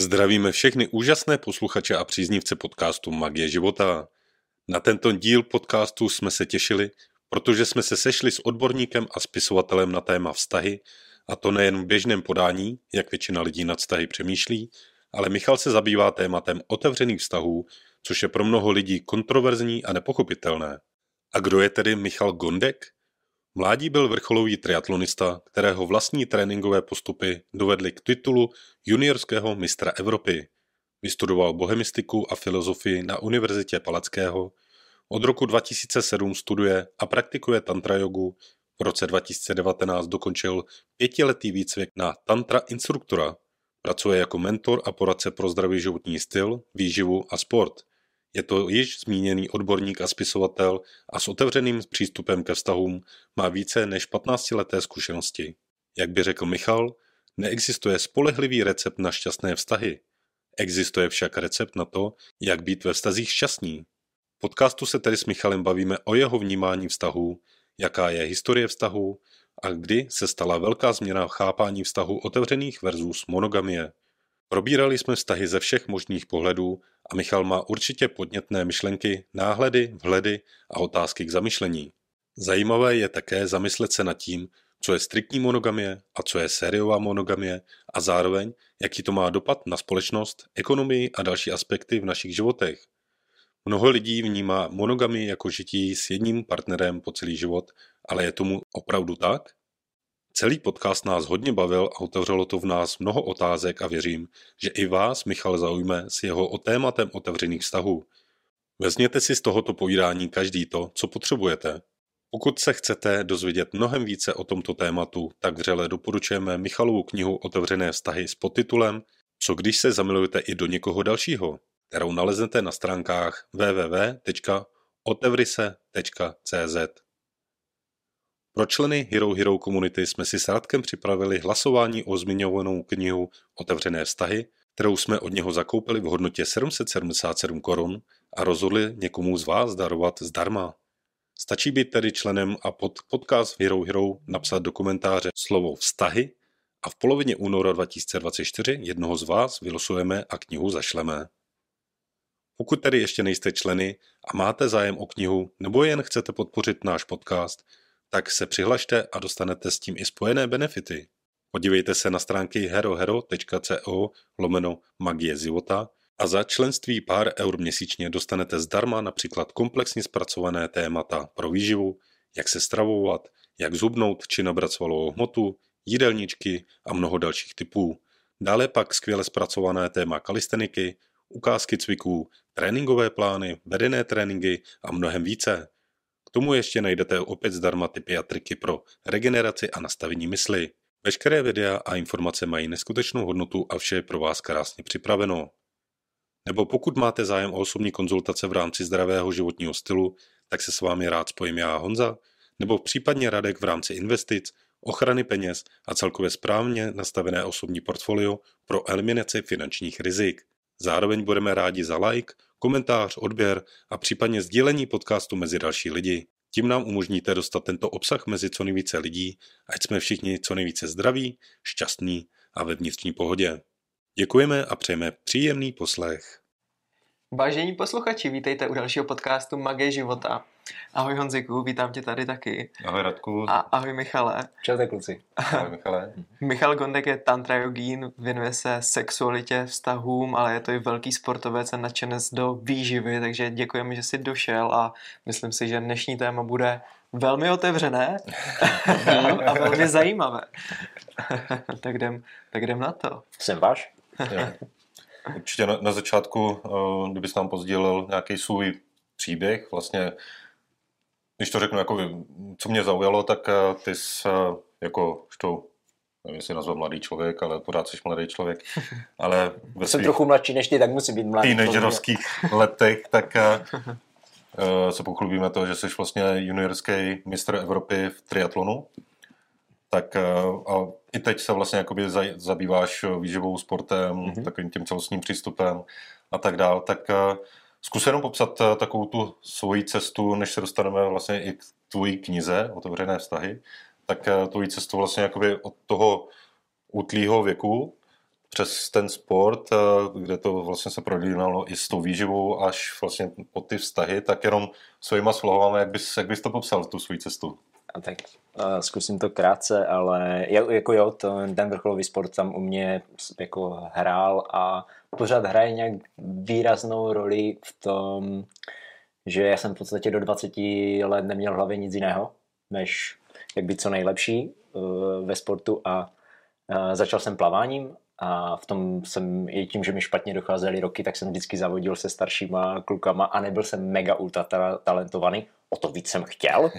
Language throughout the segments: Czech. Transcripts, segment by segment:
Zdravíme všechny úžasné posluchače a příznivce podcastu Magie života. Na tento díl podcastu jsme se těšili, protože jsme se sešli s odborníkem a spisovatelem na téma vztahy, a to nejen v běžném podání, jak většina lidí nad vztahy přemýšlí, ale Michal se zabývá tématem otevřených vztahů, což je pro mnoho lidí kontroverzní a nepochopitelné. A kdo je tedy Michal Gondek? V mládí byl vrcholový triatlonista, kterého vlastní tréninkové postupy dovedly k titulu juniorského mistra Evropy. Vystudoval bohemistiku a filozofii na Univerzitě Palackého. Od roku 2007 studuje a praktikuje tantra jogu. V roce 2019 dokončil 5letý výcvik na tantra instruktora. Pracuje jako mentor a poradce pro zdravý životní styl, výživu a sport. Je to již zmíněný odborník a spisovatel a s otevřeným přístupem ke vztahům má více než 15leté zkušenosti. Jak by řekl Michal, neexistuje spolehlivý recept na šťastné vztahy. Existuje však recept na to, jak být ve vztazích šťastní. V podcastu se tedy s Michalem bavíme o jeho vnímání vztahů, jaká je historie vztahů a kdy se stala velká změna v chápání vztahů otevřených versus monogamie. Probírali jsme vztahy ze všech možných pohledů a Michal má určitě podnětné myšlenky, náhledy, vhledy a otázky k zamyšlení. Zajímavé je také zamyslet se nad tím, co je striktní monogamie a co je sériová monogamie a zároveň, jaký to má dopad na společnost, ekonomii a další aspekty v našich životech. Mnoho lidí vnímá monogamii jako žití s jedním partnerem po celý život, ale je tomu opravdu tak? Celý podcast nás hodně bavil a otevřelo to v nás mnoho otázek a věřím, že i vás Michal zaujme s jeho tématem otevřených vztahů. Vezměte si z tohoto povídání každý to, co potřebujete. Pokud se chcete dozvědět mnohem více o tomto tématu, tak vřele doporučujeme Michalovu knihu Otevřené vztahy s podtitulem Co když se zamilujete i do někoho dalšího, kterou naleznete na stránkách www.otevrise.cz. Pro členy Hero komunity jsme si s Radkem připravili hlasování o zmiňovanou knihu Otevřené vztahy, kterou jsme od něho zakoupili v hodnotě 777 korun a rozhodli někomu z vás darovat zdarma. Stačí být tedy členem a pod podcast Hero napsat do komentáře slovo vztahy a v polovině února 2024 jednoho z vás vylosujeme a knihu zašleme. Pokud tedy ještě nejste členy a máte zájem o knihu nebo jen chcete podpořit náš podcast, tak se přihlašte a dostanete s tím i spojené benefity. Podívejte se na stránky herohero.co/magie života a za členství pár eur měsíčně dostanete zdarma například komplexně zpracované témata pro výživu, jak se stravovat, jak zhubnout či nabrat svalovou hmotu, jídelníčky a mnoho dalších typů. Dále pak skvěle zpracované téma kalisteniky, ukázky cviků, tréninkové plány, vedené tréninky a mnohem více. K tomu ještě najdete opět zdarma tipy a triky pro regeneraci a nastavení mysli. Veškeré videa a informace mají neskutečnou hodnotu a vše je pro vás krásně připraveno. Nebo pokud máte zájem o osobní konzultace v rámci zdravého životního stylu, tak se s vámi rád spojím já Honza, nebo případně Radek v rámci investic, ochrany peněz a celkově správně nastavené osobní portfolio pro eliminaci finančních rizik. Zároveň budeme rádi za like, komentář, odběr a případně sdílení podcastu mezi další lidi. Tím nám umožníte dostat tento obsah mezi co nejvíce lidí, ať jsme všichni co nejvíce zdraví, šťastní a ve vnitřní pohodě. Děkujeme a přejeme příjemný poslech. Vážení posluchači, vítejte u dalšího podcastu Magie života. Ahoj Honziku, vítám tě tady taky. Ahoj Radku. A ahoj Michale. Čaute kluci. Ahoj Michale. Michal Gondek je tantra jogín, věnuje se sexualitě, vztahům, ale je to i velký sportovec a nadšenec do výživy, takže děkujeme, že jsi došel a myslím si, že dnešní téma bude velmi otevřené a velmi zajímavé. tak jdem na to. Jsem váš? Určitě na začátku, kdybys nám pozdílel nějaký svůj příběh, vlastně, když to řeknu, jako, co mě zaujalo, tak ty jsi jako, nevím, jestli nazvat mladý člověk, ale pořád jsi mladý člověk, ale ve jsem trochu mladší než ty, tak musím být mladý. Teenagerovských letech, tak se pochlubíme to, že jsi vlastně juniorský mistr Evropy v triatlonu. Tak a i teď se vlastně jakoby zabýváš výživou, sportem, takovým tím celostním přístupem a tak dál. Tak zkus jenom popsat takovou tu svoji cestu, než se dostaneme vlastně i k tvojí knize Otevřené vztahy, tak tvojí cestu vlastně jakoby od toho útlýho věku přes ten sport, kde to vlastně se prolínalo i s tou výživou až vlastně po ty vztahy, tak jenom svýma slovami, jak bys to popsal, tu svou cestu? A tak zkusím to krátce, ale ten vrcholový sport tam u mě jako hrál a pořád hraje nějak výraznou roli v tom, že já jsem v podstatě do 20 let neměl v hlavě nic jiného, než jak být co nejlepší ve sportu a začal jsem plaváním a v tom jsem, i tím, že mi špatně docházely roky, tak jsem vždycky zavodil se staršíma klukama a nebyl jsem mega ultra talentovaný, o to víc jsem chtěl,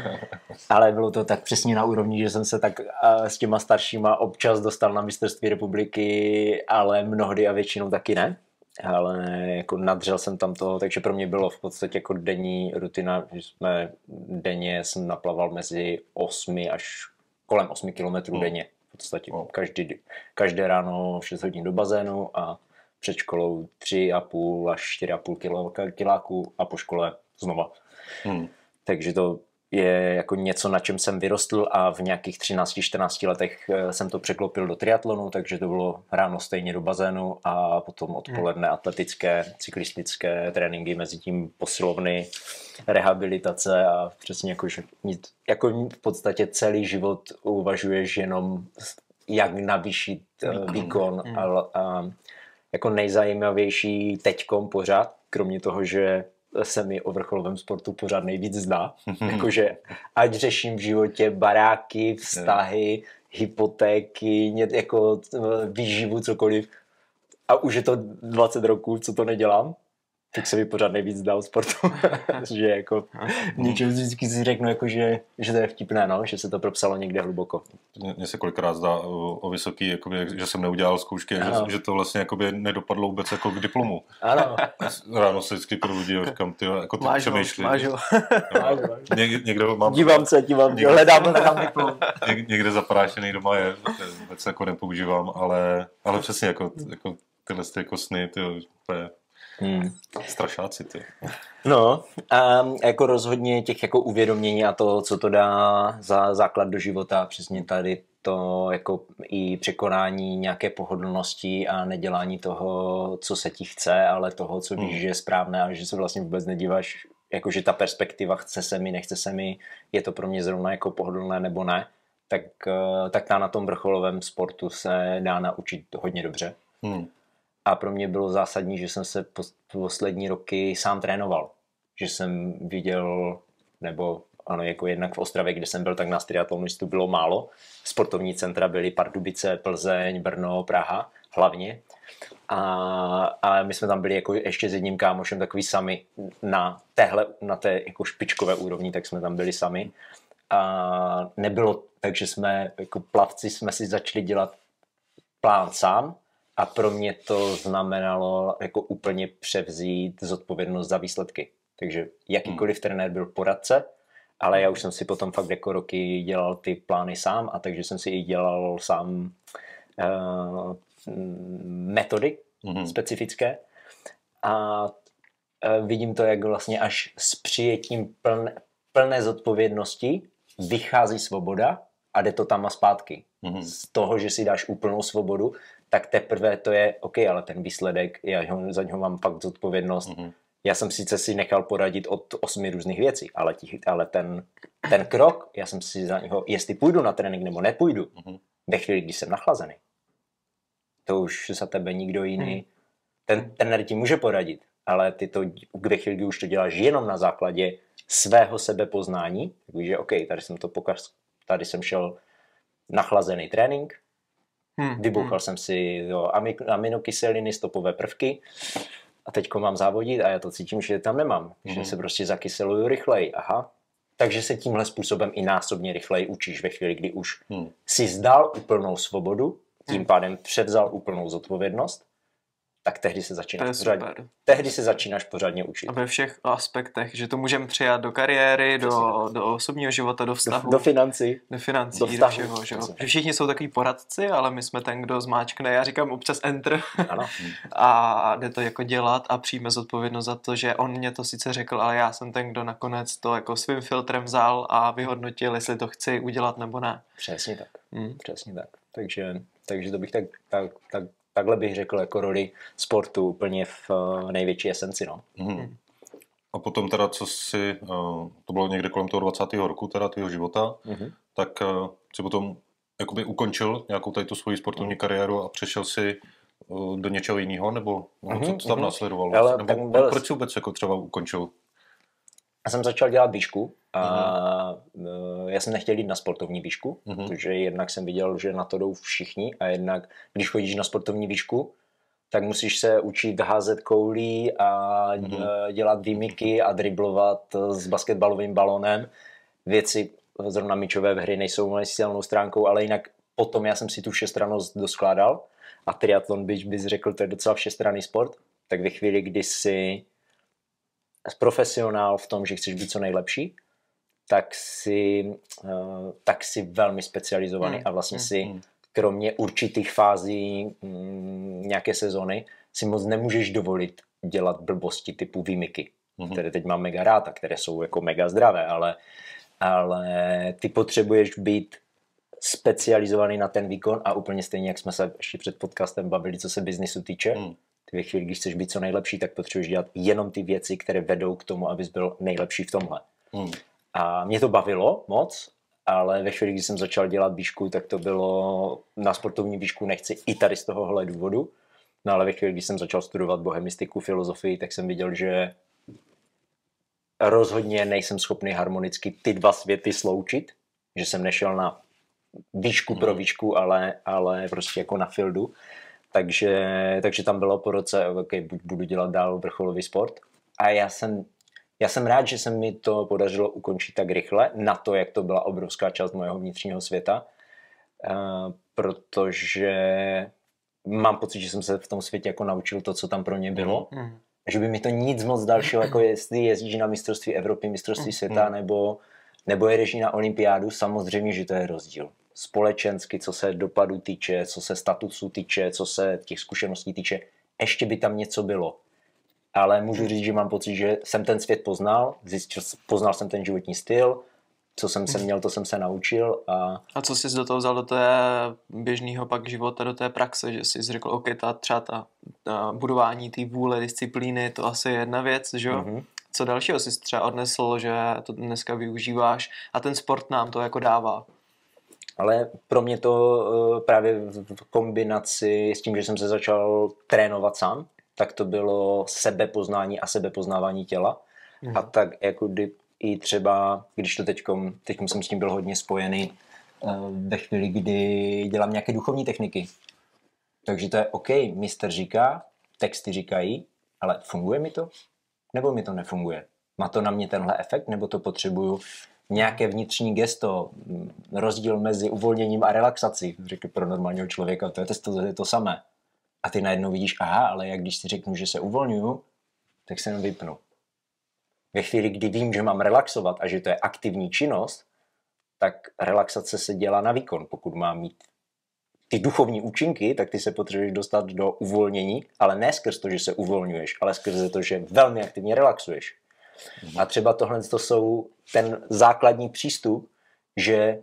ale bylo to tak přesně na úrovni, že jsem se tak s těma staršíma občas dostal na mistrovství republiky, ale mnohdy a většinou taky ne. Ale jako nadřel jsem tam toho, takže pro mě bylo v podstatě jako denní rutina, že denně jsem naplaval mezi 8 až kolem 8 kilometrů denně. V podstatě každé ráno 6 hodin do bazénu a před školou 3,5 až 4,5 kiláků a po škole znova. Takže to je jako něco, na čem jsem vyrostl a v nějakých 13-14 letech jsem to překlopil do triatlonu, takže to bylo ráno stejně do bazénu a potom odpoledne atletické, cyklistické tréninky, mezi tím posilovny, rehabilitace a přesně jako v podstatě celý život uvažuješ jenom jak navýšit výkon a jako nejzajímavější teďkom pořád, kromě toho, že se mi o vrcholovém sportu pořád nejvíc zdá. Jakože ať řeším v životě baráky, vztahy, hypotéky, jako výživu, cokoliv. A už je to 20 roků, co to nedělám. Tak se mi pořád nejvíc zdá o sportu. Že jako ničem vždycky si řeknu, jako, že to je vtipné, no? Že se to propsalo někde hluboko. Mně se kolikrát zdá o vysoký, jakoby, že jsem neudělal zkoušky, že to vlastně jakoby nedopadlo vůbec jako k diplomu. Ano. Ráno se vždycky probudí a říkám, ty jako ty přemýšlí. Někdo mám... Dívám se, hledám diplom. Někde zaprášený doma je, vůbec jako nepoužívám, ale přesně jako tyhle jako sny, to je strašáci, ty. No, a jako rozhodně těch jako uvědomění a to, co to dá za základ do života, přesně tady to jako i překonání nějaké pohodlnosti a nedělání toho, co se ti chce, ale toho, co víš, že je správné a že se vlastně vůbec nedíváš, jakože ta perspektiva chce se mi, nechce se mi, je to pro mě zrovna jako pohodlné nebo ne, tak na tom vrcholovém sportu se dá naučit hodně dobře. A pro mě bylo zásadní, že jsem se poslední roky sám trénoval. Že jsem viděl, nebo ano, jako jednak v Ostravě, kde jsem byl, tak nás triatlonistů bylo málo. Sportovní centra byly Pardubice, Plzeň, Brno, Praha hlavně. A my jsme tam byli jako ještě s jedním kámošem takový sami na té jako špičkové úrovni, tak jsme tam byli sami. A nebylo tak, že jsme jako plavci jsme si začali dělat plán sám. A pro mě to znamenalo jako úplně převzít zodpovědnost za výsledky. Takže jakýkoliv trenér byl poradce, ale já už jsem si potom fakt jako roky dělal ty plány sám a takže jsem si i dělal sám metody specifické. A vidím to, jak vlastně až s přijetím plné zodpovědnosti vychází svoboda a jde to tam a zpátky. Z toho, že si dáš úplnou svobodu, tak teprve to je OK, ale ten výsledek, za něho mám fakt zodpovědnost. Já jsem sice si nechal poradit od 8 různých věcí, ale ten krok, já jsem si za něho, jestli půjdu na trénink nebo nepůjdu, ve chvíli, kdy jsem nachlazený, to už za tebe nikdo jiný, ten trenér ti může poradit, ale ty to ve chvíli, kdy už to děláš jenom na základě svého sebepoznání, tak víš, že OK, tady jsem šel nachlazený trénink, vybouchal jsem si aminokyseliny, stopové prvky a teďko mám závodit a já to cítím, že tam nemám, že se prostě zakyseluju rychleji. Aha. Takže se tímhle způsobem i násobně rychleji učíš ve chvíli, kdy už si zdal úplnou svobodu, tím pádem převzal úplnou zodpovědnost, tak tehdy se začínáš pořádně učit. A ve všech aspektech, že to můžeme přijat do kariéry, do osobního života, do vztahu. Do financí. Do všeho. Že všichni jsou takový poradci, ale my jsme ten, kdo zmáčkne, já říkám občas enter. Ano. A jde to jako dělat a přijme zodpovědnost za to, že on mě to sice řekl, ale já jsem ten, kdo nakonec to jako svým filtrem vzal a vyhodnotil, jestli to chci udělat nebo ne. Přesně tak. Přesně tak. Takže to bych tak takhle bych řekl jako roli sportu úplně v největší esenci. No. A potom teda, to bylo někde kolem toho 20. roku teda tvýho života, tak si potom jakoby ukončil nějakou tady tu svoji sportovní kariéru a přešel si do něčeho jiného, nebo co tam následovalo? Ale nebo proč vůbec jako třeba ukončil? Já jsem začal dělat výšku a já jsem nechtěl jít na sportovní výšku, protože jednak jsem viděl, že na to jdou všichni a jednak, když chodíš na sportovní výšku, tak musíš se učit házet koulí a dělat výmyky a driblovat s basketbalovým balónem. Věci, zrovna míčové hry nejsou mojí silnou stránkou, ale jinak potom já jsem si tu všestrannost doskládal a triatlon bys řekl, to je docela všestranný sport, tak ve chvíli, kdy jsi profesionál v tom, že chceš být co nejlepší, tak si velmi specializovaný a vlastně si kromě určitých fází nějaké sezony si moc nemůžeš dovolit dělat blbosti typu výmyky, které teď mám mega rád a které jsou jako mega zdravé, ale ty potřebuješ být specializovaný na ten výkon a úplně stejně, jak jsme se ještě před podcastem bavili, co se biznisu týče, ty ve chvíli, když chceš být co nejlepší, tak potřebuješ dělat jenom ty věci, které vedou k tomu, abys byl nejlepší v tomhle. A mě to bavilo moc, ale ve chvíli, kdy jsem začal dělat výšku, tak to bylo na sportovní výšku nechci i tady z tohohle důvodu. No ale ve chvíli, kdy jsem začal studovat bohemistiku, filozofii, tak jsem viděl, že rozhodně nejsem schopný harmonicky ty dva světy sloučit, že jsem nešel na výšku pro výšku, ale prostě jako na fieldu. Takže tam bylo po roce, okay, budu dělat dál vrcholový sport. A já jsem rád, že se mi to podařilo ukončit tak rychle, na to, jak to byla obrovská část mojeho vnitřního světa, protože mám pocit, že jsem se v tom světě jako naučil to, co tam pro mě bylo. Že by mi to nic moc dalšího, jako jestli jezdíš na mistrovství Evropy, mistrovství světa, nebo jedeš na olympiádu, samozřejmě, že to je rozdíl. Společensky, co se dopadu týče, co se statusu týče, co se těch zkušeností týče, ještě by tam něco bylo. Ale můžu říct, že mám pocit, že jsem ten svět poznal jsem ten životní styl, co jsem se měl, to jsem se naučil. A co jsi do toho vzal do té běžného pak života, do té praxe, že jsi řekl, OK, ta budování té vůle, disciplíny, to asi je jedna věc, že jo? Co dalšího jsi třeba odnesl, že to dneska využíváš a ten sport nám to jako dává? Ale pro mě to právě v kombinaci s tím, že jsem se začal trénovat sám, tak to bylo sebepoznání a sebepoznávání těla. A tak jako i třeba, když to teďkom jsem s tím byl hodně spojený ve chvíli, kdy dělám nějaké duchovní techniky. Takže to je OK, mistr říká, texty říkají, ale funguje mi to? Nebo mi to nefunguje? Má to na mě tenhle efekt? Nebo to potřebuju nějaké vnitřní gesto, rozdíl mezi uvolněním a relaxací, řekl pro normálního člověka, to je to samé. A ty najednou vidíš, aha, ale jak když si řeknu, že se uvolňuju, tak se jenom vypnu. Ve chvíli, kdy vím, že mám relaxovat a že to je aktivní činnost, tak relaxace se dělá na výkon. Pokud má mít ty duchovní účinky, tak ty se potřebuješ dostat do uvolnění, ale ne skrz to, že se uvolňuješ, ale skrz to, že velmi aktivně relaxuješ. A třeba tohle to jsou ten základní přístup, že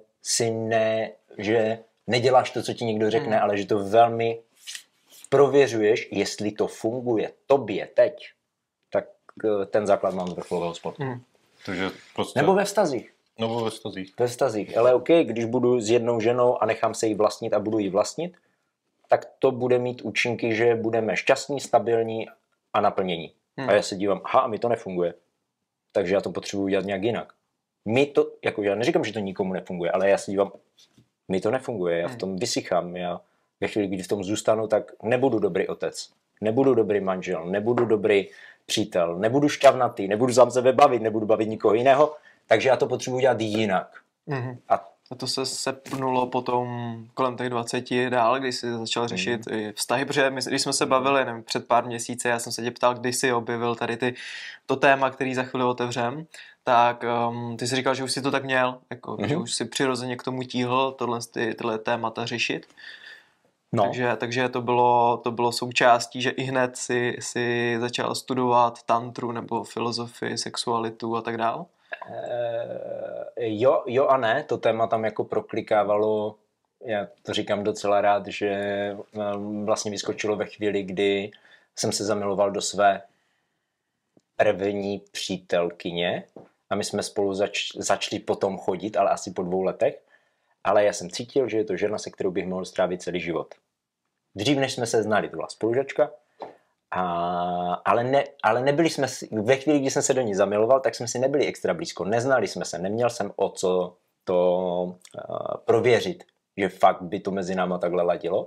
že neděláš to, co ti někdo řekne, ale že to velmi prověřuješ, jestli to funguje tobě teď, tak ten základ mám z vrcholového sportu. Takže prostě... Nebo ve vztazích. Nebo ve vztazích. Ve vztazích. Ale OK, když budu s jednou ženou a nechám se jí vlastnit a budu jí vlastnit, tak to bude mít účinky, že budeme šťastní, stabilní a naplnění. A já se dívám, aha, mi to nefunguje. Takže já to potřebuji dělat nějak jinak. Já neříkám, že to nikomu nefunguje, ale já se dívám, mi to nefunguje, já v tom vysychám, já ve chvíli, kdy v tom zůstanu, tak nebudu dobrý otec, nebudu dobrý manžel, nebudu dobrý přítel, nebudu šťavnatý, nebudu sám sebe bavit, nebudu bavit nikoho jiného, takže já to potřebuji dělat jinak. A to se sepnulo potom kolem těch 20 dál, když jsi začal řešit i vztahy, protože když jsme se bavili před pár měsíce, já jsem se tě ptal, když jsi objevil tady to téma, který za chvíli otevřem, tak ty jsi říkal, že už jsi to tak měl, jako, že už si přirozeně k tomu tíhl tyhle témata řešit. No. Takže to bylo součástí, že i hned si začal studovat tantru nebo filozofii, sexualitu a tak dále? Jo a ne, to téma tam jako proklikávalo já to říkám docela rád, že vlastně vyskočilo ve chvíli, kdy jsem se zamiloval do své první přítelkyně a my jsme spolu začali potom chodit, ale asi po 2 letech. Ale já jsem cítil, že je to žena, se kterou bych mohl strávit celý život. Dřív, než jsme se znali, to byla spolužačka, ale nebyli jsme, ve chvíli, kdy jsem se do ní zamiloval, tak jsme si nebyli extra blízko, neznali jsme se, neměl jsem o co to prověřit, že fakt by to mezi náma takhle ladilo.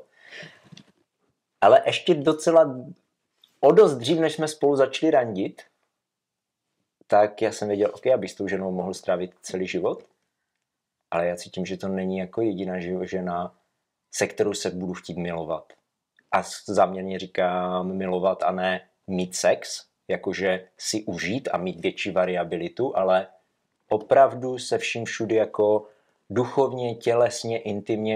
Ale ještě docela o dost dřív, než jsme spolu začali randit, tak já jsem věděl, OK, abych s tou ženou mohl strávit celý život, ale já cítím, že to není jako jediná žena, se kterou se budu chtít milovat. A záměrně říkám milovat a ne mít sex, jakože si užít a mít větší variabilitu, ale opravdu se vším všudy jako duchovně, tělesně, intimně,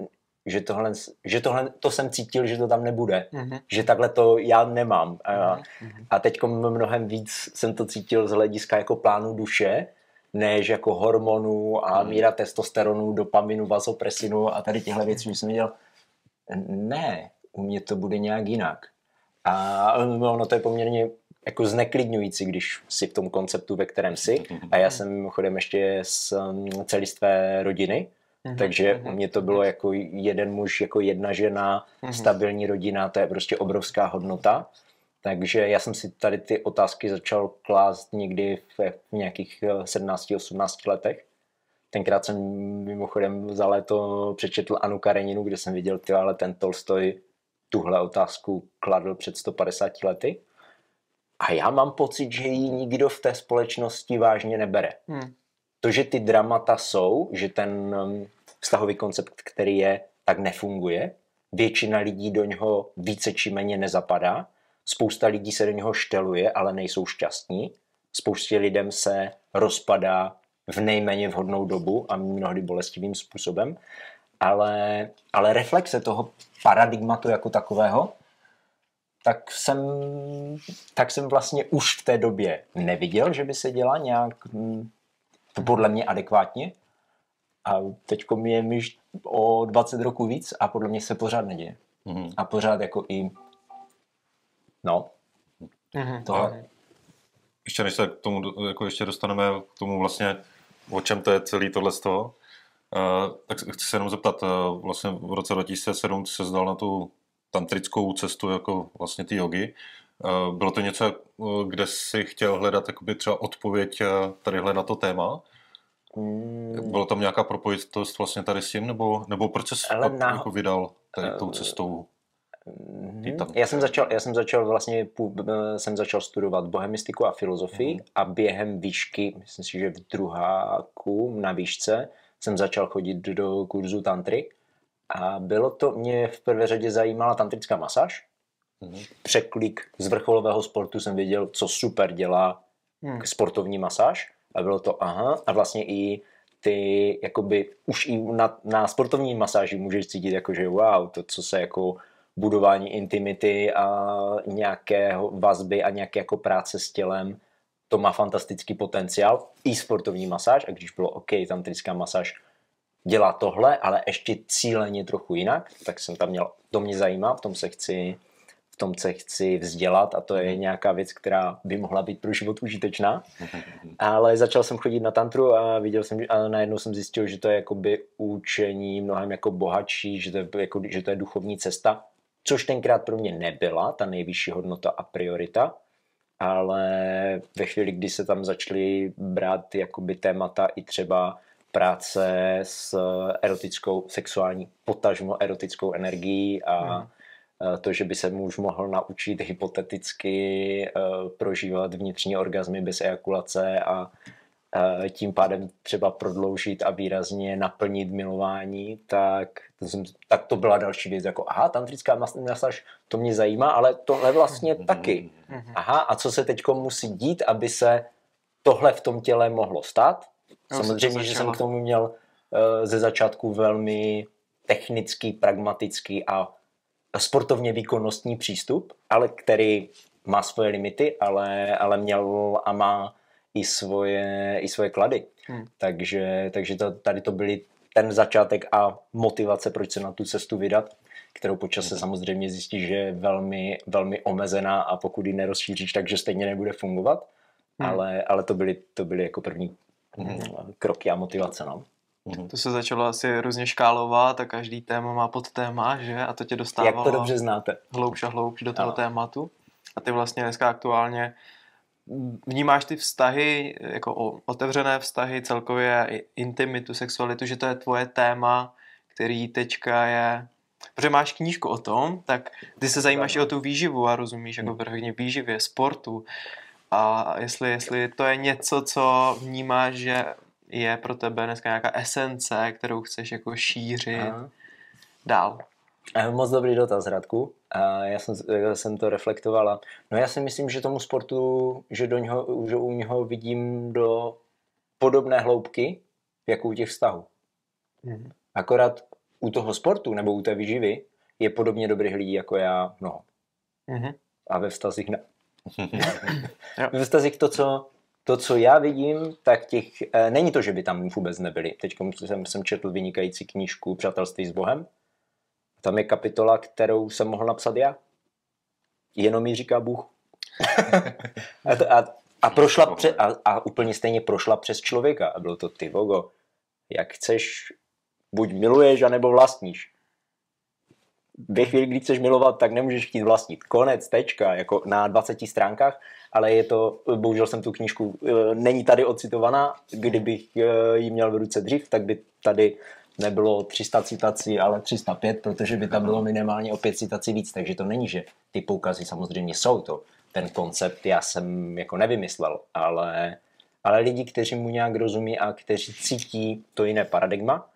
že tohle to jsem cítil, že to tam nebude. Že takhle to já nemám. A teď mnohem víc jsem to cítil z hlediska jako plánu duše, než jako hormonů a míra testosteronu, dopaminu, vasopresinu a tady těchto věcí, že jsem věděl, ne, u mě to bude nějak jinak. A ono to je poměrně jako zneklidňující, když jsi v tom konceptu, ve kterém jsi. A já jsem mimochodem ještě z celistvé rodiny, takže u mě to bylo jako jeden muž, jako jedna žena, stabilní rodina, to je prostě obrovská hodnota. Takže já jsem si tady ty otázky začal klást někdy v nějakých 17-18 letech. Tenkrát jsem mimochodem za léto přečetl Annu Kareninu, kde jsem viděl, ale ten Tolstoj tuhle otázku kladl před 150 lety. A já mám pocit, že ji nikdo v té společnosti vážně nebere. To, že ty dramata jsou, že ten vztahový koncept, který je, tak nefunguje. Většina lidí do něho více či méně nezapadá. Spousta lidí se do něho šteluje, ale nejsou šťastní. Spoustě lidem se rozpadá v nejméně vhodnou dobu a mnohdy bolestivým způsobem. Ale reflexe toho paradigmatu jako takového, tak jsem vlastně už v té době neviděl, že by se děla nějak podle mě adekvátně. A teďko mi je o 20 roků víc a podle mě se pořád neděje. A pořád jako i tohle. Ještě než se k tomu jako ještě dostaneme k tomu vlastně, o čem to je celý tohleto, tak chci se jenom zeptat, vlastně v roce 2007 se zdal na tu tantrickou cestu jako vlastně ty jogy. Bylo to něco, kde jsi chtěl hledat jakoby třeba odpověď tadyhle na to téma? Bylo tam nějaká propojitost vlastně tady s tím, nebo proč jsi jako vydal tady tou cestou? Já jsem začal studovat bohemistiku a filozofii a během výšky, myslím si, že v druháku na výšce, jsem začal chodit do kurzu tantry a mě v prvé řadě zajímala tantrická masáž. Překlik z vrcholového sportu jsem věděl, co super dělá sportovní masáž a bylo to a vlastně i ty jakoby už i na sportovní masáži můžeš cítit jako, že wow, to co se jako budování intimity a nějaké vazby a nějaké jako práce s tělem, to má fantastický potenciál. I sportovní masáž, a když bylo OK, tantrická masáž dělá tohle, ale ještě cíleně trochu jinak, tak jsem tam měl, to mě zajímá, v tom se chci vzdělat a to je nějaká věc, která by mohla být pro život užitečná. Ale začal jsem chodit na tantru a najednou jsem zjistil, že to je jakoby učení mnohem jako bohatší, že to je duchovní cesta, což tenkrát pro mě nebyla ta nejvyšší hodnota a priorita, ale ve chvíli, kdy se tam začaly brát jakoby témata i třeba práce s erotickou, sexuální, potažmo erotickou energií a to, že by se muž mohl naučit hypoteticky prožívat vnitřní orgazmy bez ejakulace a tím pádem třeba prodloužit a výrazně naplnit milování, tak to byla další věc, jako tantrická masáž, to mě zajímá, ale tohle vlastně taky. A co se teďko musí dít, aby se tohle v tom těle mohlo stát? Samozřejmě, že jsem k tomu měl ze začátku velmi technický, pragmatický a sportovně výkonnostní přístup, ale který má svoje limity, ale měl a má i svoje klady. Takže tady to byly ten začátek a motivace, proč se na tu cestu vydat, kterou po čase samozřejmě zjistíš, že je velmi, velmi omezená a pokud ji nerozšíříš, takže stejně nebude fungovat. Ale to byly jako první kroky a motivace. No. To se začalo asi různě škálovat a každý téma má podtéma, že? A to tě dostávalo Jak to dobře znáte. hloubš a hloubš do toho tématu. A ty vlastně dneska aktuálně vnímáš ty vztahy, jako otevřené vztahy, celkově intimitu, sexualitu, že to je tvoje téma, který teďka je... Protože máš knížku o tom, tak ty se zajímáš i o tu výživu a rozumíš jako vrchně výživě, sportu. A jestli to je něco, co vnímáš, že je pro tebe dneska nějaká esence, kterou chceš jako šířit dál. Moc dobrý dotaz, Radku. Já jsem to reflektovala. No já si myslím, že tomu sportu, že u něho vidím do podobné hloubky, jako u těch vztahů. Akorát u toho sportu nebo u té výživy je podobně dobrých lidí jako já mnoho. A ve vztazích ne. Ve vztazích to, co já vidím, tak není to, že by tam vůbec nebyli. Teď jsem četl vynikající knížku Přátelství s Bohem. Tam je kapitola, kterou jsem mohl napsat já. Jenom mi říká Bůh. a úplně stejně prošla přes člověka. A bylo to ty vogo. Jak chceš, buď miluješ, anebo vlastníš. Ve chvíli, kdy chceš milovat, tak nemůžeš chtít vlastnit. Konec, tečka, jako na 20 stránkách, ale je to, bohužel jsem tu knížku, není tady ocitovaná, kdybych ji měl v ruce dřív, tak by tady nebylo 300 citací, ale 305, protože by tam bylo minimálně o 5 citací víc, takže to není, že ty poukazy samozřejmě jsou to. Ten koncept já jsem jako nevymyslel, ale lidi, kteří mu nějak rozumí a kteří cítí to jiné paradigma,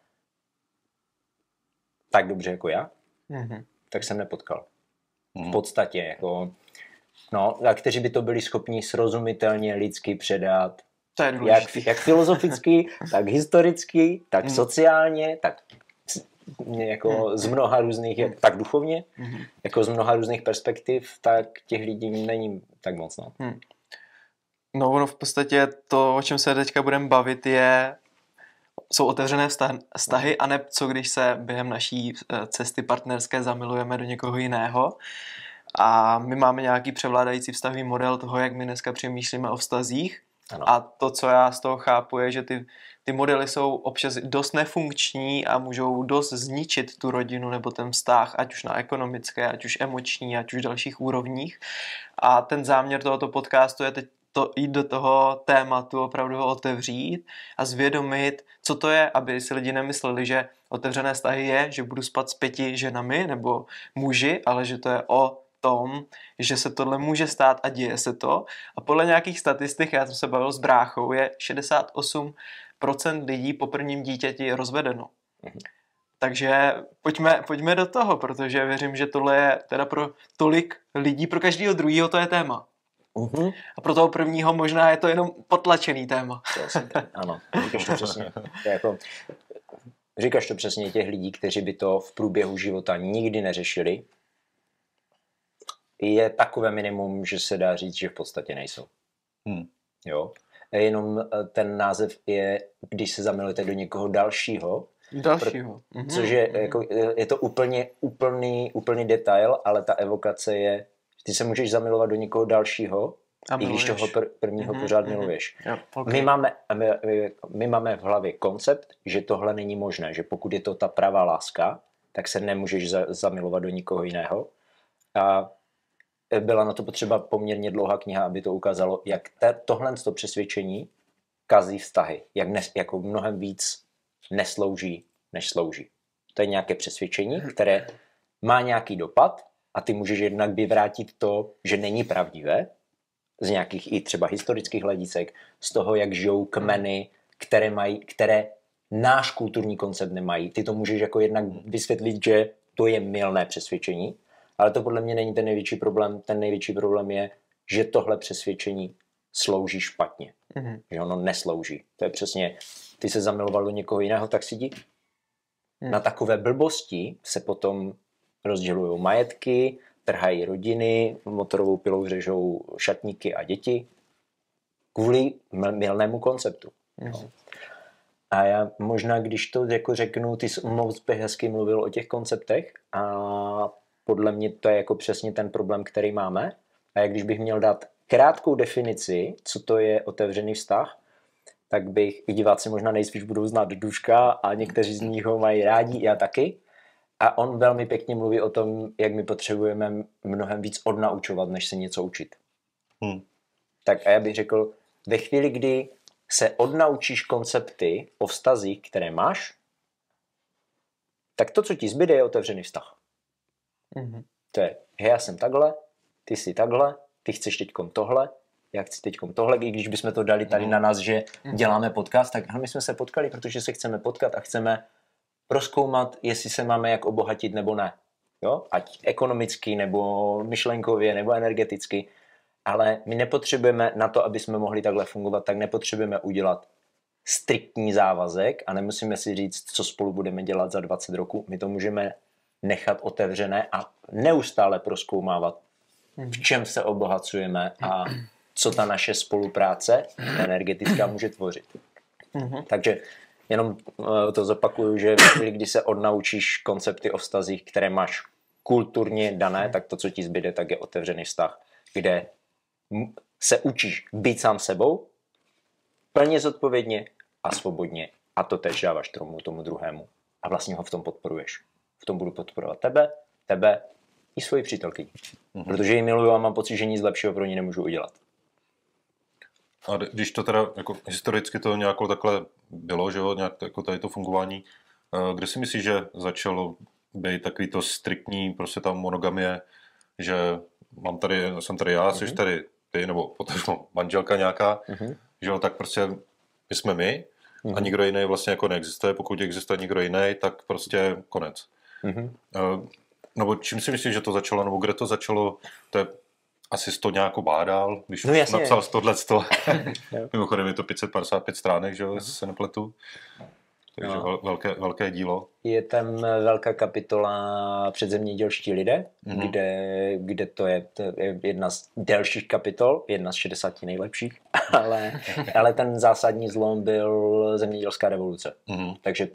tak dobře jako já, tak jsem nepotkal. V podstatě, jako, no, a kteří by to byli schopni srozumitelně lidsky předat, to je důležité. Jak filozoficky, tak historicky, tak sociálně, tak jako z mnoha různých, tak duchovně, jako z mnoha různých perspektiv, tak těch lidí není tak moc. No. No ono v podstatě to, o čem se teďka budeme bavit, jsou otevřené vztahy a ne co když se během naší cesty partnerské zamilujeme do někoho jiného. A my máme nějaký převládající vztahový model toho, jak my dneska přemýšlíme o vztazích. Ano. A to, co já z toho chápu, je, že ty modely jsou občas dost nefunkční a můžou dost zničit tu rodinu nebo ten vztah, ať už na ekonomické, ať už emoční, ať už dalších úrovních. A ten záměr tohoto podcastu je teď jít do toho tématu, opravdu ho otevřít a zvědomit, co to je, aby si lidi nemysleli, že otevřené vztahy je, že budu spát s 5 ženami nebo muži, ale že to je o tom, že se tohle může stát a děje se to. A podle nějakých statistik, já jsem se bavil s bráchou, je 68% lidí po prvním dítěti rozvedeno. Takže pojďme do toho, protože věřím, že tohle je teda pro tolik lidí, pro každého druhého to je téma. A pro toho prvního možná je to jenom potlačený téma. Ano, říkáš to přesně. Říkáš to přesně těch lidí, kteří by to v průběhu života nikdy neřešili, je takové minimum, že se dá říct, že v podstatě nejsou. Jo? Jenom ten název je, když se zamilujete do někoho dalšího. Což je, jako, je to úplný detail, ale ta evokace je, ty se můžeš zamilovat do někoho dalšího, i když toho prvního pořád miluješ. Okay. My máme v hlavě koncept, že tohle není možné, že pokud je to ta pravá láska, tak se nemůžeš zamilovat do nikoho jiného. A byla na to potřeba poměrně dlouhá kniha, aby to ukázalo, jak tohle přesvědčení kazí vztahy, jak jako mnohem víc neslouží, než slouží. To je nějaké přesvědčení, které má nějaký dopad a ty můžeš jednak vyvrátit to, že není pravdivé, z nějakých i třeba historických hledisek, z toho, jak žijou kmeny, které náš kulturní koncept nemají. Ty to můžeš jako jednak vysvětlit, že to je mylné přesvědčení, ale to podle mě není ten největší problém. Ten největší problém je, že tohle přesvědčení slouží špatně. Že ono neslouží. To je přesně, ty se zamiloval do někoho jiného, tak si jdi. Na takové blbosti se potom rozdělují majetky, trhají rodiny, motorovou pilou řežou šatníky a děti kvůli mylnému konceptu. A já možná, když to jako řeknu, ty jsi moc hezky mluvil o těch konceptech a podle mě to je jako přesně ten problém, který máme. A jak když bych měl dát krátkou definici, co to je otevřený vztah, tak bych, i diváci možná nejspíš budou znát Duška a někteří z nich ho mají rádi, já taky. A on velmi pěkně mluví o tom, jak my potřebujeme mnohem víc odnaučovat, než se něco učit. Tak a já bych řekl, ve chvíli, kdy se odnaučíš koncepty o vztazích, které máš, tak to, co ti zbyde, je otevřený vztah. To je, já jsem takhle, ty jsi takhle, ty chceš teďkom tohle, já chci teďkom tohle, i když bychom to dali tady na nás, že děláme podcast, tak my jsme se potkali, protože se chceme potkat a chceme prozkoumat, jestli se máme jak obohatit nebo ne. Jo? Ať ekonomicky, nebo myšlenkově, nebo energeticky. Ale my nepotřebujeme na to, aby jsme mohli takhle fungovat, tak nepotřebujeme udělat striktní závazek a nemusíme si říct, co spolu budeme dělat za 20 roků. My to můžeme nechat otevřené a neustále prozkoumávat, v čem se obohacujeme a co ta naše spolupráce energetická může tvořit. Takže jenom to zopakuju, že když se odnaučíš koncepty o vztazích, které máš kulturně dané, tak to, co ti zbyde, tak je otevřený vztah, kde se učíš být sám sebou, plně zodpovědně a svobodně. A to tež dáváš tomu druhému. A vlastně ho v tom podporuješ. V tom budu podporovat tebe i svoji přítelkyni. Protože ji miluju a mám pocit, že nic lepšího pro ní nemůžu udělat. A když to teda, jako historicky to nějakou takhle bylo, že jo, nějak jako tady to fungování, kde si myslíš, že začalo být takový to striktní, prostě ta monogamie, že jsem tady já, jsi tady ty, nebo potažmo manželka nějaká, že jo, tak prostě my jsme my a nikdo jiný vlastně jako neexistuje, pokud existuje nikdo jiný, tak prostě konec. Nebo čím si myslíš, že to začalo, nebo kde to začalo, to je asi to nějak bádal, když napsal tohleto. Mimochodem je to 555 stránek, že jo, jestli se nepletu. Takže velké dílo. Je tam velká kapitola Předzemědělští lidé, kde to je jedna z delších kapitol, jedna z 60 nejlepších, ale ten zásadní zlom byl zemědělská revoluce. Takže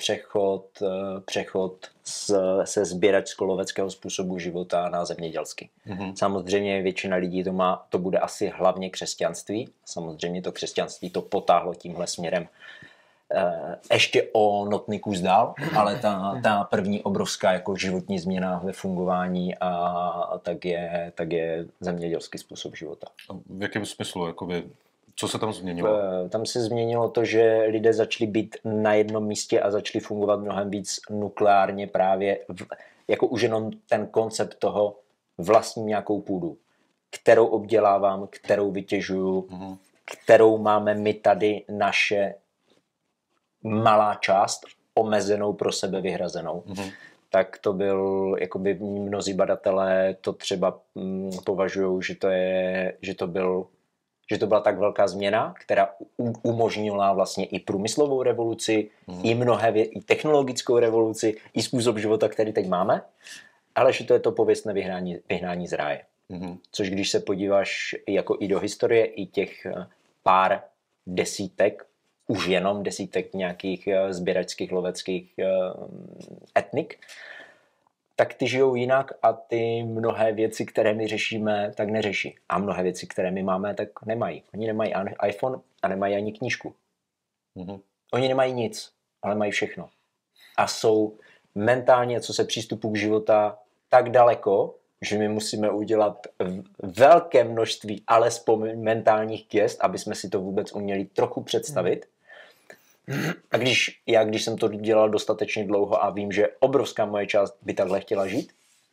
přechod se sběračsko-loveckého způsobu života na zemědělský. Samozřejmě většina lidí to bude asi hlavně křesťanství. Samozřejmě to křesťanství to potáhlo tímhle směrem ještě o notný kus dál, ale ta první obrovská jako životní změna ve fungování a tak je zemědělský způsob života. V jakém smyslu? Jakoby, co se tam změnilo? Tam se změnilo to, že lidé začali být na jednom místě a začali fungovat mnohem víc nukleárně právě, jako už jenom ten koncept toho vlastním nějakou půdu, kterou obdělávám, kterou vytěžuju, kterou máme my tady naše malá část, omezenou pro sebe vyhrazenou. Tak to byl, jakoby mnozí badatelé to třeba považují, že to byla tak velká změna, která umožnila vlastně i průmyslovou revoluci, i technologickou revoluci, i způsob života, který teď máme, ale že to je to pověstné vyhnání z ráje. Což když se podíváš jako i do historie, i těch pár desítek, už jenom desítek nějakých sběračských, loveckých etnik, tak ty žijou jinak a ty mnohé věci, které my řešíme, tak neřeší. A mnohé věci, které my máme, tak nemají. Oni nemají iPhone a nemají ani knížku. Oni nemají nic, ale mají všechno. A jsou mentálně, co se přístupu k života, tak daleko, že my musíme udělat velké množství alespoň mentálních gest, aby jsme si to vůbec uměli trochu představit. A když jsem to dělal dostatečně dlouho a vím, že obrovská moje část by takhle chtěla žít,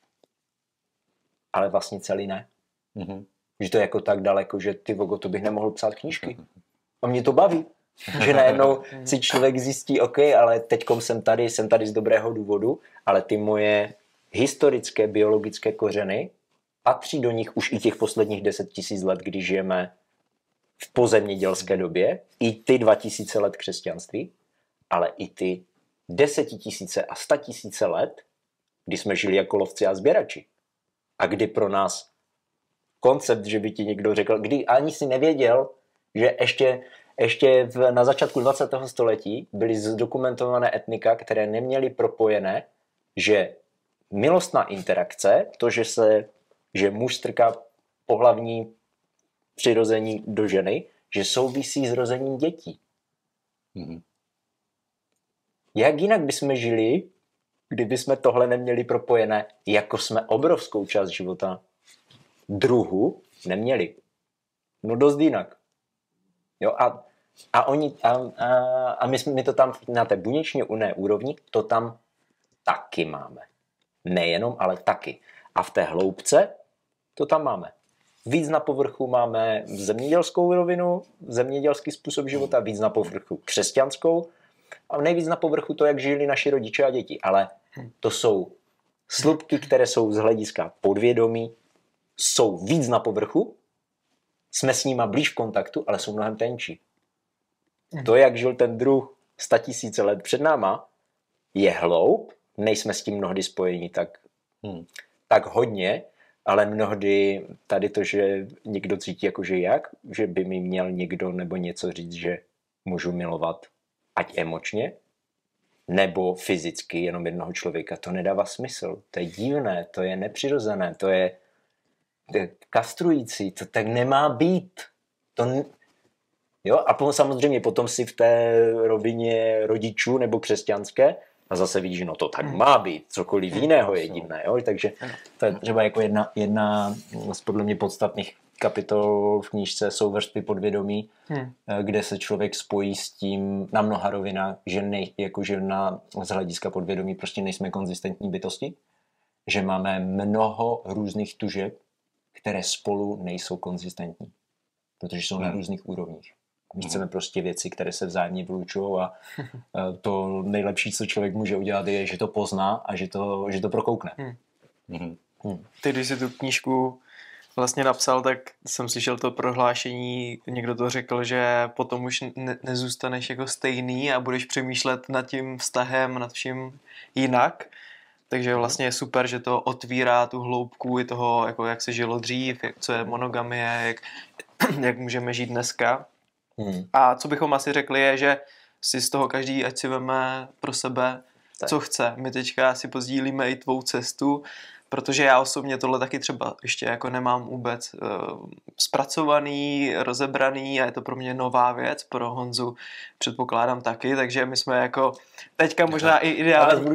ale vlastně celý ne. Že to je jako tak daleko, že to bych nemohl psát knížky. A mě to baví. Že najednou si člověk zjistí, OK, ale teďkom jsem tady z dobrého důvodu, ale ty moje historické, biologické kořeny patří do nich už i těch posledních 10 000 let, kdy žijeme v pozemědělské době, i ty 2000 let křesťanství, ale i ty 10 000 a 100 000 let, kdy jsme žili jako lovci a sběrači. A kdy pro nás koncept, že by ti někdo řekl, kdy ani si nevěděl, že ještě ještě na začátku 20. století byly zdokumentované etnika, které neměly propojené, že milostná interakce, to, že muž strká pohlavní přirození do ženy, že souvisí s rozením dětí. Mhm. Jak jinak bychom žili, kdyby jsme tohle neměli propojené, jako jsme obrovskou část života druhu neměli. No dost jinak. Jo, a my to tam na té buněčně unné úrovni to tam taky máme. Nejenom, ale taky. A v té hloubce to tam máme. Víc na povrchu máme zemědělskou rovinu, zemědělský způsob života, víc na povrchu křesťanskou a nejvíc na povrchu to, jak žili naši rodiče a děti. Ale to jsou slupky, které jsou z hlediska podvědomí, jsou víc na povrchu, jsme s nima blíž v kontaktu, ale jsou mnohem tenčí. To, jak žil ten druh 100 000 let před náma, je hloub, nejsme s tím mnohdy spojeni tak hodně, ale mnohdy tady to, že někdo cítí jakože že by mi měl někdo nebo něco říct, že můžu milovat, ať emočně, nebo fyzicky jenom jednoho člověka, to nedává smysl. To je divné, to je nepřirozené, to je kastrující, to tak nemá být. Jo? A samozřejmě potom si v té rovině rodičů nebo křesťanské a zase vidíš, no to tak má být, cokoliv jiného je divné. Jo? Takže to je třeba jako jedna z podle mě podstatných kapitol v knížce jsou vrstvy podvědomí, kde se člověk spojí s tím na mnoha rovinách, že z hlediska podvědomí prostě nejsme konzistentní bytosti, že máme mnoho různých tužeb, které spolu nejsou konzistentní, protože jsou na různých úrovních. My chceme prostě věci, které se vzájemně vylučují a to nejlepší, co člověk může udělat, je, že to pozná a že to prokoukne. Ty, když jsi tu knížku vlastně napsal, tak jsem slyšel to prohlášení, někdo to řekl, že potom už nezůstaneš jako stejný a budeš přemýšlet nad tím vztahem, nad vším jinak. Takže vlastně je super, že to otvírá tu hloubku i toho, jako jak se žilo dřív, co je monogamie, jak můžeme žít dneska. A co bychom asi řekli je, že si z toho každý, ať si veme pro sebe, co chce. My teďka si pozdílíme i tvou cestu, protože já osobně tohle taky třeba ještě jako nemám vůbec zpracovaný, rozebraný a je to pro mě nová věc, pro Honzu předpokládám taky, takže my jsme jako teďka možná i ideální.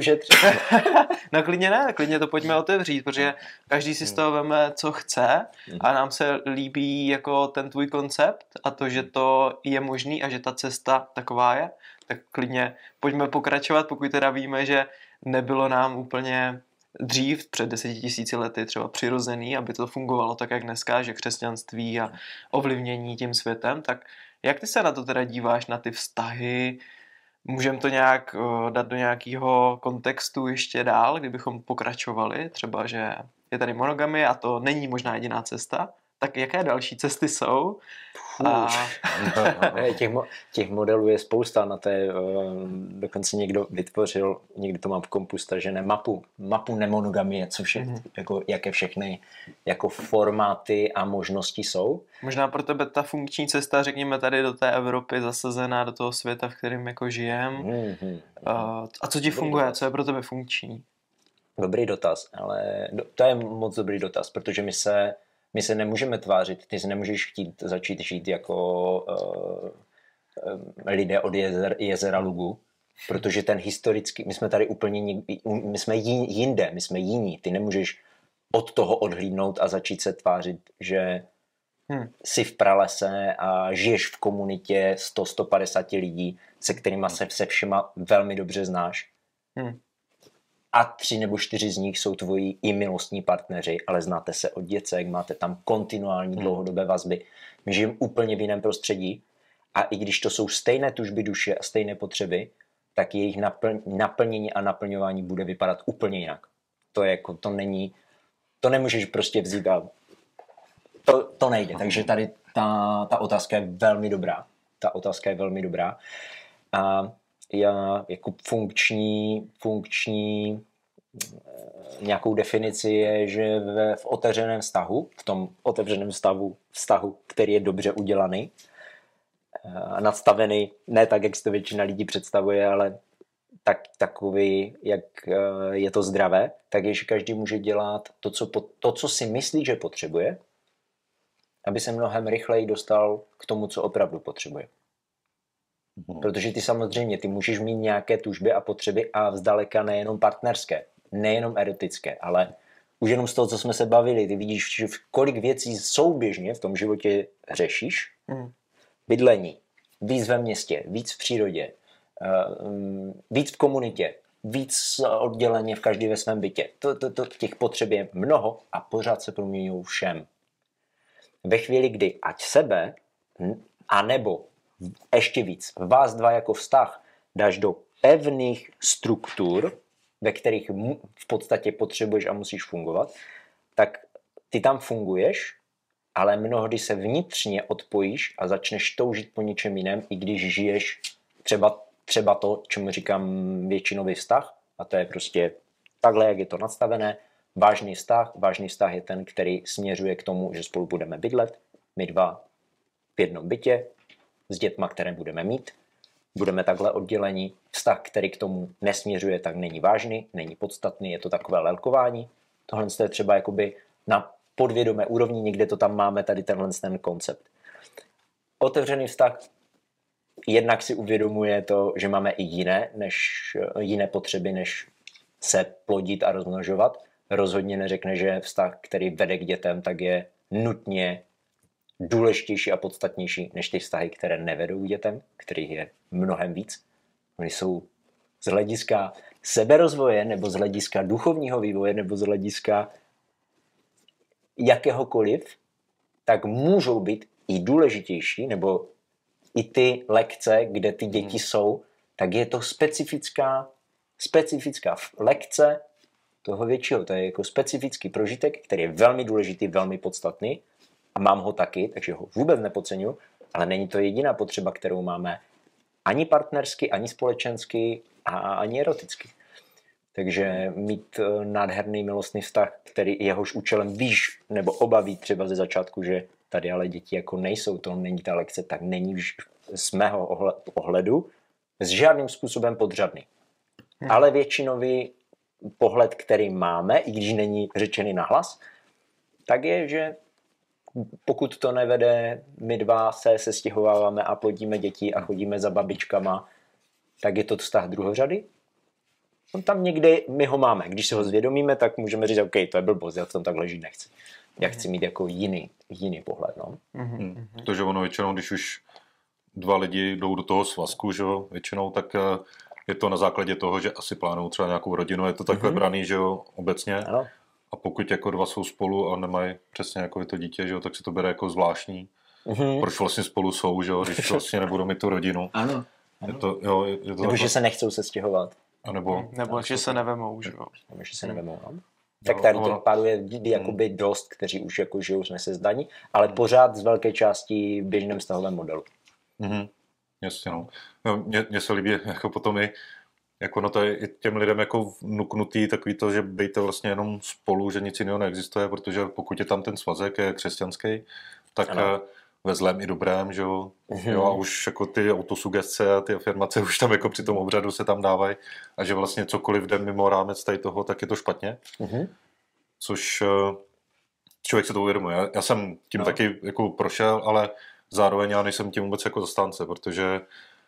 No klidně to pojďme otevřít, protože každý si z toho veme, co chce a nám se líbí jako ten tvůj koncept a to, že to je možný a že ta cesta taková je, tak klidně pojďme pokračovat, pokud teda víme, že nebylo nám úplně dřív, před 10 000 lety třeba přirozený, aby to fungovalo tak, jak dneska, že křesťanství a ovlivnění tím světem, tak jak ty se na to teda díváš, na ty vztahy? Můžeme to nějak dát do nějakého kontextu ještě dál, kdybychom pokračovali, třeba, že je tady monogamie a to není možná jediná cesta, tak jaké další cesty jsou? Těch modelů je spousta, dokonce někdo vytvořil, někdy to mám v kompu stažené, mapu nemonogamie, jaké všechny jako formáty a možnosti jsou. Možná pro tebe ta funkční cesta, řekněme tady do té Evropy zasazená, do toho světa, v kterém jako žijem. A co ti funguje, co je pro tebe funkční? Dobrý dotaz, ale to je moc dobrý dotaz, protože my se nemůžeme tvářit, ty si nemůžeš chtít začít žít jako lidé od jezera Lugu, protože ten historický, my jsme tady úplně my jsme jinde, my jsme jiní, ty nemůžeš od toho odhlídnout a začít se tvářit, že jsi v pralese a žiješ v komunitě 100-150 lidí, se kterými se všema velmi dobře znáš. A 3 nebo 4 z nich jsou tvoji i milostní partneři, ale znáte se od děcek, máte tam kontinuální dlouhodobé vazby. My žijeme úplně v jiném prostředí a i když to jsou stejné tužby duše a stejné potřeby, tak jejich naplnění a naplňování bude vypadat úplně jinak. To je jako, to nemůžeš prostě vzít a to nejde. Takže tady ta otázka je velmi dobrá. A já jako funkční nějakou definici je, že v otevřeném vztahu, v tom otevřeném vztahu, který je dobře udělaný, nadstavený, ne tak, jak si to většina lidí představuje, ale takový, jak je to zdravé, tak je, že každý může dělat to, co si myslí, že potřebuje, aby se mnohem rychleji dostal k tomu, co opravdu potřebuje. Protože ty můžeš mít nějaké tužby a potřeby a zdaleka nejenom partnerské, nejenom erotické, ale už jenom z toho, co jsme se bavili, ty vidíš, že kolik věcí souběžně v tom životě řešíš. Bydlení, víc ve městě, víc v přírodě, víc v komunitě, víc odděleně v každý ve svém bytě. Těch potřeb je mnoho a pořád se proměňují všem. Ve chvíli, kdy ať sebe, anebo ještě víc, vás dva jako vztah dáš do pevných struktur, ve kterých v podstatě potřebuješ a musíš fungovat, tak ty tam funguješ, ale mnohdy se vnitřně odpojíš a začneš toužit po něčem jiném, i když žiješ třeba to, čemu říkám většinový vztah, a to je prostě takhle, jak je to nastavené. Vážný vztah je ten, který směřuje k tomu, že spolu budeme bydlet, my dva v jednom bytě, s dětma, které budeme mít. Budeme takhle oddělení. Vztah, který k tomu nesměřuje, tak není vážný, není podstatný, je to takové lelkování. Tohle je třeba jakoby na podvědomé úrovni, někde to tam máme, tady ten koncept. Otevřený vztah jednak si uvědomuje to, že máme i jiné potřeby, než se plodit a rozmnožovat. Rozhodně neřekne, že vztah, který vede k dětem, tak je nutně důležitější a podstatnější než ty vztahy, které nevedou k dětem, kterých je mnohem víc. Oni jsou z hlediska seberozvoje, nebo z hlediska duchovního vývoje, nebo z hlediska jakéhokoliv, tak můžou být i důležitější, nebo i ty lekce, kde ty děti jsou, tak je to specifická lekce toho většího. To je jako specifický prožitek, který je velmi důležitý, velmi podstatný a mám ho taky, takže ho vůbec nepodceňuji, ale není to jediná potřeba, kterou máme ani partnersky, ani společensky a ani eroticky. Takže mít nádherný milostný vztah, který jehož účelem víš, nebo obaví třeba ze začátku, že tady ale děti jako nejsou, to není ta lekce, tak není z mého ohledu s žádným způsobem podřadný. Ale většinový pohled, který máme, i když není řečený nahlas, tak je, že pokud to nevede, my dva se sestěhováváme a plodíme děti a chodíme za babičkama, tak je to vztah druhořady. On tam někde my ho máme. Když se ho zvědomíme, tak můžeme říct, OK, to je blbost, já v tom takhle žít nechci. Já chci mít jako jiný pohled. No. Protože ono většinou, když už dva lidi jdou do toho svazku, že jo, většinou, tak je to na základě toho, že asi plánují třeba nějakou rodinu, je to takhle braný, že jo, obecně. Ano. A pokud jako dva jsou spolu a nemají přesně jako to dítě, že jo, tak se to bere jako zvláštní. Proč vlastně spolu jsou, že jo, když vlastně nebudou mít tu rodinu. Ano. Je to nebo že se nechcou sestěhovat. A nebo že se nevemou, že jo. Nebo že se nevemou, no. Tak tady těch párů je jakoby dost, kteří už jako žijou nesezdaní, ale pořád z velké části v běžném vztahovém modelu. Jasně, no. Mně se líbí jako potom i jako to je i těm lidem jako vnuknutý takový to, že bejte vlastně jenom spolu, že nic jiného neexistuje, protože pokud je tam ten svazek je křesťanský, tak ve zlém i dobrém, že jo, a už jako ty autosugestce a ty afirmace už tam jako při tom obřadu se tam dávají a že vlastně cokoliv jde mimo rámec tady toho, tak je to špatně, což člověk se to uvědomuje. Já jsem tím taky jako prošel, ale zároveň já nejsem tím vůbec jako zastánce, protože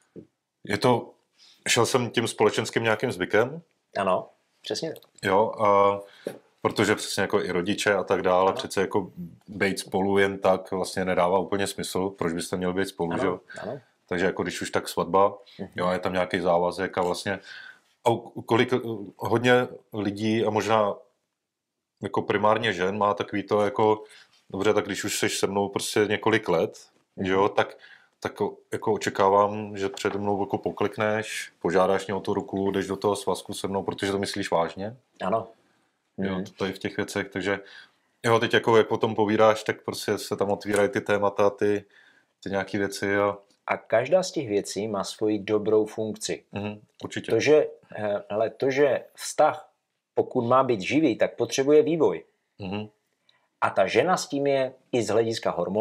šel jsem tím společenským nějakým zvykem. Ano, přesně tak. Jo, a protože přesně jako i rodiče a tak dále, přece jako být spolu jen tak vlastně nedává úplně smysl, proč byste měli být spolu, že jo? Takže jako když už tak svatba, jo, je tam nějaký závazek a vlastně hodně lidí a možná jako primárně žen má takový to jako, dobře, tak když už seš se mnou prostě několik let, že jo, tak jako očekávám, že přede mnou jako poklikneš, požádáš mě o tu ruku, jdeš do toho svazku se mnou, protože to myslíš vážně. Ano. Jo, to je v těch věcech, takže jo, teď jako jak potom povídáš, tak prostě se tam otvírají ty témata, ty nějaké věci. A každá z těch věcí má svoji dobrou funkci. Určitě. To, že vztah, pokud má být živý, tak potřebuje vývoj. A ta žena s tím je i z hlediska hormonů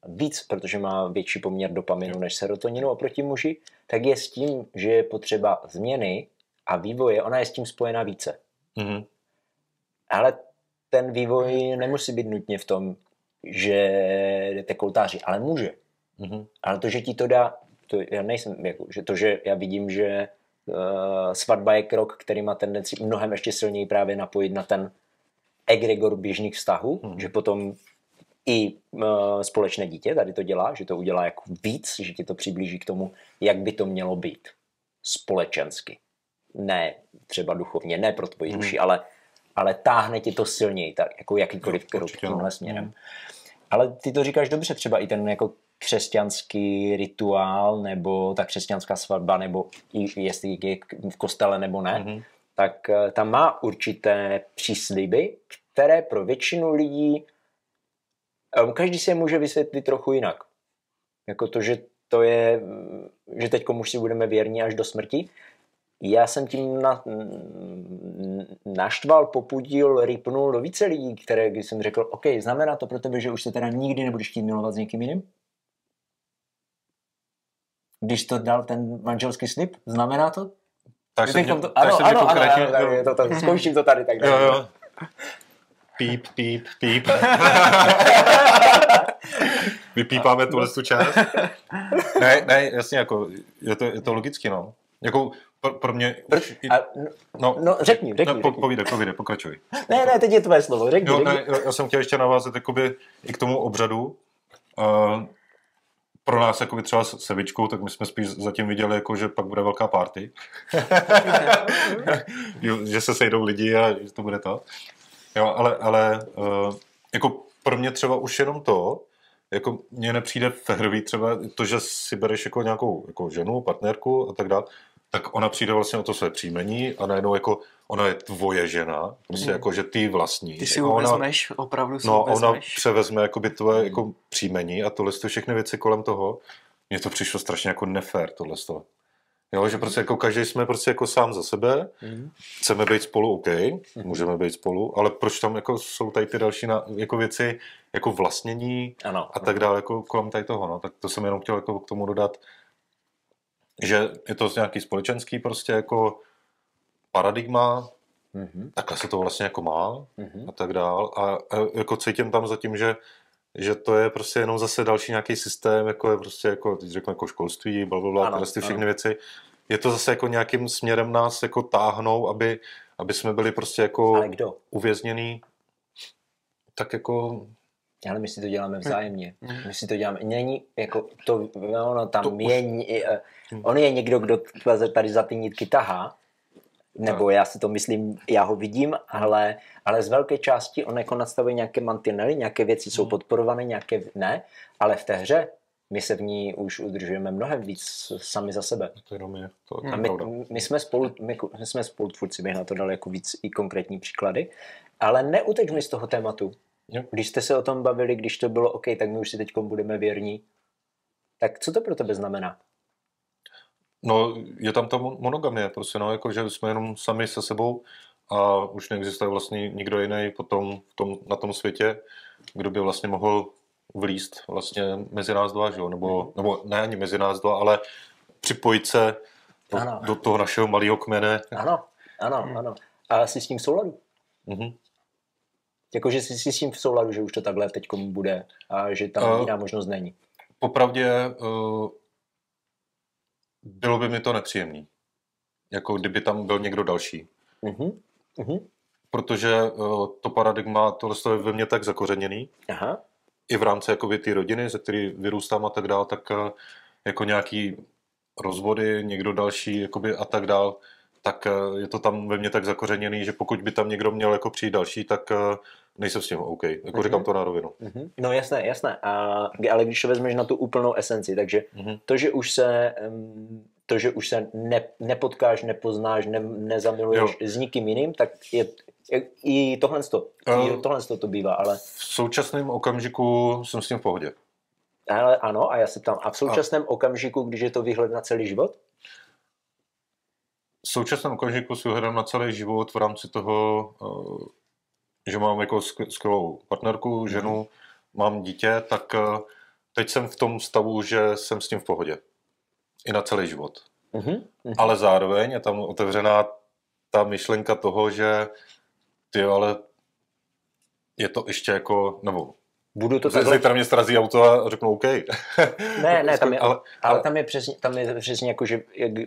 víc, protože má větší poměr dopaminu než serotoninu oproti muži, tak je s tím, že je potřeba změny a vývoje, ona je s tím spojená více. Mhm. Ale ten vývoj nemusí být nutně v tom, že jdete k oltáři, ale může. Mhm. Ale to, že ti to dá, to já nejsem, jako, že to, že já vidím, že svatba je krok, který má tendenci mnohem ještě silněji právě napojit na ten egregor běžných vztahů, že potom i společné dítě tady to dělá, že to udělá jako víc, že ti to přiblíží k tomu, jak by to mělo být společensky. Ne třeba duchovně, ne pro tvoji duši, ale táhne ti to silněji, tak jako jakýkoliv krok tímhle směrem. Ale ty to říkáš dobře, třeba i ten jako křesťanský rituál, nebo ta křesťanská svatba, nebo i jestli je v kostele nebo ne, tak tam má určité přísliby, které pro většinu lidí každý si je může vysvětlit trochu jinak. Jako to, že to je, že teďko už si budeme věrní až do smrti. Já jsem tím naštval, popudil, rýpnul do více lidí, když jsem řekl, OK, znamená to pro tebe, že už se teda nikdy nebudeš chtít milovat s někým jiným? Když to dal ten manželský slib, znamená to? Tak jsem ano, zkouším to tady. Tak jo. Píp, píp, píp. Vypípáme tuhle tu část. Ne, jasně, jako, je to logicky, no. Jako pro mě... No, řekni. Povídej, pokračuj. Ne, teď je tvoje slovo, řekni. Ne, já jsem chtěl ještě navázat jakoby, i k tomu obřadu. Pro nás jakoby třeba s Sevičkou, tak my jsme spíš zatím viděli, jako, že pak bude velká party. Že se sejdou lidi a že to bude to. Jo, ale jako pro mě třeba už jenom to, jako mně nepřijde férový třeba to, že si bereš jako nějakou jako ženu, partnerku a tak dále, tak ona přijde vlastně o to své příjmení a najednou jako ona je tvoje žena, prostě jako, že ty vlastní. Ty si ji vezmeš, opravdu si No, ona převezme jakoby tvoje jako příjmení a tohle všechny věci kolem toho. Mně to přišlo strašně jako nefér, tohle. Jo, že prostě jako každý jsme prostě jako sám za sebe, chceme být spolu, OK, můžeme být spolu, ale proč tam jako jsou tady ty další jako věci, jako vlastnění a tak dále, jako kolem tady toho, no, tak to jsem jenom chtěl jako k tomu dodat, že je to nějaký společenský prostě jako paradigma, takhle se to vlastně jako má a tak dál a jako cítím tam zatím, že to je prostě jenom zase další nějaký systém, jako je prostě jako, teď řeknu jako školství, blablabla, ty všechny věci. Je to zase jako nějakým směrem nás jako táhnou, aby jsme byli prostě jako uvězněný. Tak jako... Ale my si to děláme vzájemně. My si to děláme. Není jako to, ono tam je, on je někdo, kdo tady za ty nitky tahá, nebo já si to myslím, já ho vidím, ale z velké části on jako nastavuje nějaké mantinely, nějaké věci jsou podporované, nějaké ne, ale v té hře my se v ní už udržujeme mnohem víc sami za sebe. To jenom je, to a my jsme spolutvůrci, bych na to dal jako víc i konkrétní příklady, ale neuteč mi z toho tématu. Když jste se o tom bavili, když to bylo OK, tak my už si teď budeme věrní. Tak co to pro tebe znamená? No, je tam ta monogamie, prostě, no, jako, že jsme jenom sami se sebou a už neexistuje vlastně nikdo jiný potom na tom světě, kdo by vlastně mohl vlízt vlastně mezi nás dva, že jo? Nebo ne ani mezi nás dva, ale připojit se do toho našeho malého kmene. Ano. A jsi s tím v souladu? Jakože jsi s tím v souladu, že už to takhle teď bude a že tam jiná možnost není? Popravdě bylo by mi to nepříjemný. Jako kdyby tam byl někdo další. Protože to paradigma, tohle je ve mně tak zakořeněný. I v rámci jakoby ty rodiny, ze který vyrůstám a tak dál, tak jako nějaký rozvody, někdo další jakoby a tak dál, tak je to tam ve mně tak zakořeněný, že pokud by tam někdo měl jako přijít další, tak nejsem s tím OK. Jako říkám to na rovinu. No jasné. Ale když to vezmeš na tu úplnou esenci, takže to, že už se nepotkáš, nepoznáš, nezamiluješ s nikým jiným, tak je i tohle to bývá, ale... V současném okamžiku jsem s tím v pohodě. Ale ano, a já se ptám, a v současném okamžiku, když je to výhled na celý život? V současném okamžiku si hledám na celý život v rámci toho, že mám jako skvělou partnerku, ženu, mám dítě, tak teď jsem v tom stavu, že jsem s tím v pohodě. I na celý život. Mhm. Ale zároveň je tam otevřená ta myšlenka toho, že ale je to ještě jako, nebo Budu to takhle... zítra mě srazí auto a řeknu OK. Ne, tam je přesně jako, že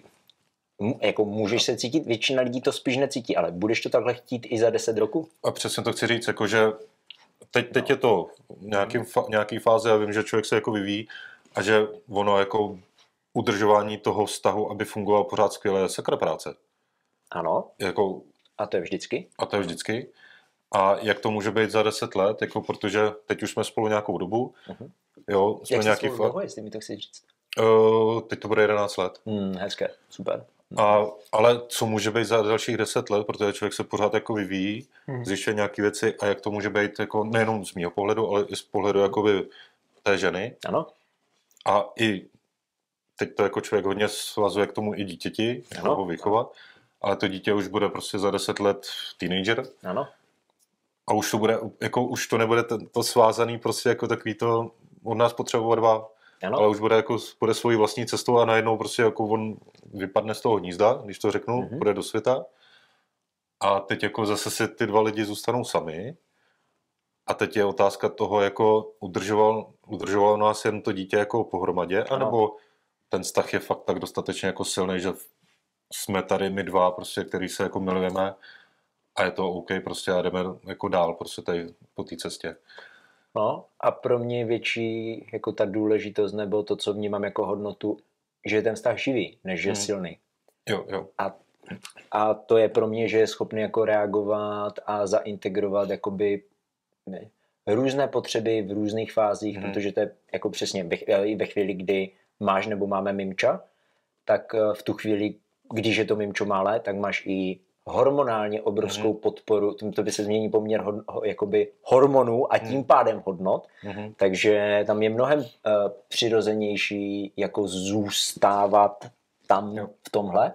jako můžeš se cítit, většina lidí to spíš necítí, ale budeš to takhle chtít i za 10 roků? A přesně to chci říct, jako, že teď je to nějaký fáze, já vím, že člověk se jako vyvíjí a že ono jako udržování toho vztahu, aby fungoval pořád skvěle, je sakra práce. Ano. Jako, a to je vždycky? A to je vždycky. A jak to může být za 10 let, jako protože teď už jsme spolu nějakou dobu. Jo, jsme jak nějaký jsi spolu dlouho, jestli mi to chci říct? Teď to bude 11 let. Hezké, super. Ale co může být za dalších 10 let, protože člověk se pořád jako vyvíjí, zjišťuje nějaké věci a jak to může být jako nejenom z mýho pohledu, ale i z pohledu jakoby té ženy. Ano. A i teď to jako člověk hodně svazuje k tomu i dítěti, jako ho vychovat, ale to dítě už bude prostě za 10 let teenager. Ano. A už to bude, jako už to nebude to svázaný prostě jako takový to, od nás potřebovat dva. Ano. Ale už bude svojí vlastní cestou a najednou prostě jako on vypadne z toho hnízda, když to řeknu, půjde do světa. A teď jako zase si ty dva lidi zůstanou sami. A teď je otázka toho, jako udržoval nás jen to dítě jako pohromadě, anebo ten vztah je fakt tak dostatečně jako silný, že jsme tady my dva, prostě, který se jako milujeme a je to OK prostě a jdeme jako dál prostě tady po té cestě. No a pro mě větší jako ta důležitost nebo to, co vnímám jako hodnotu, že je ten vztah živý, než že je silný. Jo. A to je pro mě, že je schopný jako reagovat a zaintegrovat jakoby různé potřeby v různých fázích, protože to je jako přesně ve chvíli, kdy máš nebo máme mimča, tak v tu chvíli, když je to mimčo malé, tak máš i hormonálně obrovskou podporu, to by se změní poměr jakoby hormonů a tím pádem hodnot, takže tam je mnohem přirozenější jako zůstávat tam v tomhle.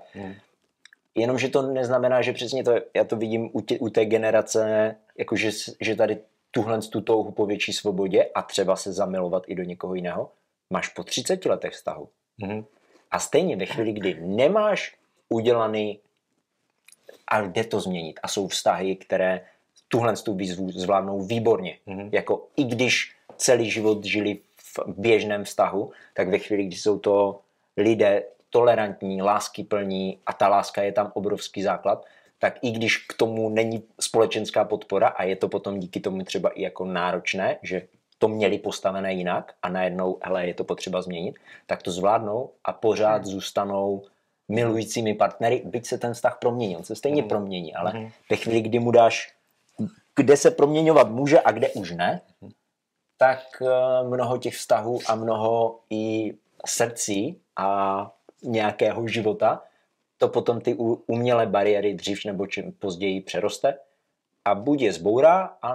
Jenomže to neznamená, že přesně to, já to vidím u té generace, jako že tady tu touhu po větší svobodě a třeba se zamilovat i do někoho jiného, máš po 30 letech vztahu. A stejně ve chvíli, kdy nemáš udělaný a jde to změnit. A jsou vztahy, které tuhle tu výzvu zvládnou výborně. Jako i když celý život žili v běžném vztahu, tak ve chvíli, kdy jsou to lidé tolerantní, láskyplní a ta láska je tam obrovský základ, tak i když k tomu není společenská podpora a je to potom díky tomu třeba i jako náročné, že to měli postavené jinak a najednou, hele, je to potřeba změnit, tak to zvládnou a pořád zůstanou milujícími partnery, byť se ten vztah promění. On se stejně promění, ale ve chvíli, kdy mu dáš, kde se proměňovat může a kde už ne, tak mnoho těch vztahů a mnoho i srdcí a nějakého života to potom ty umělé bariéry dřív nebo čím později přeroste a buď je zbourá a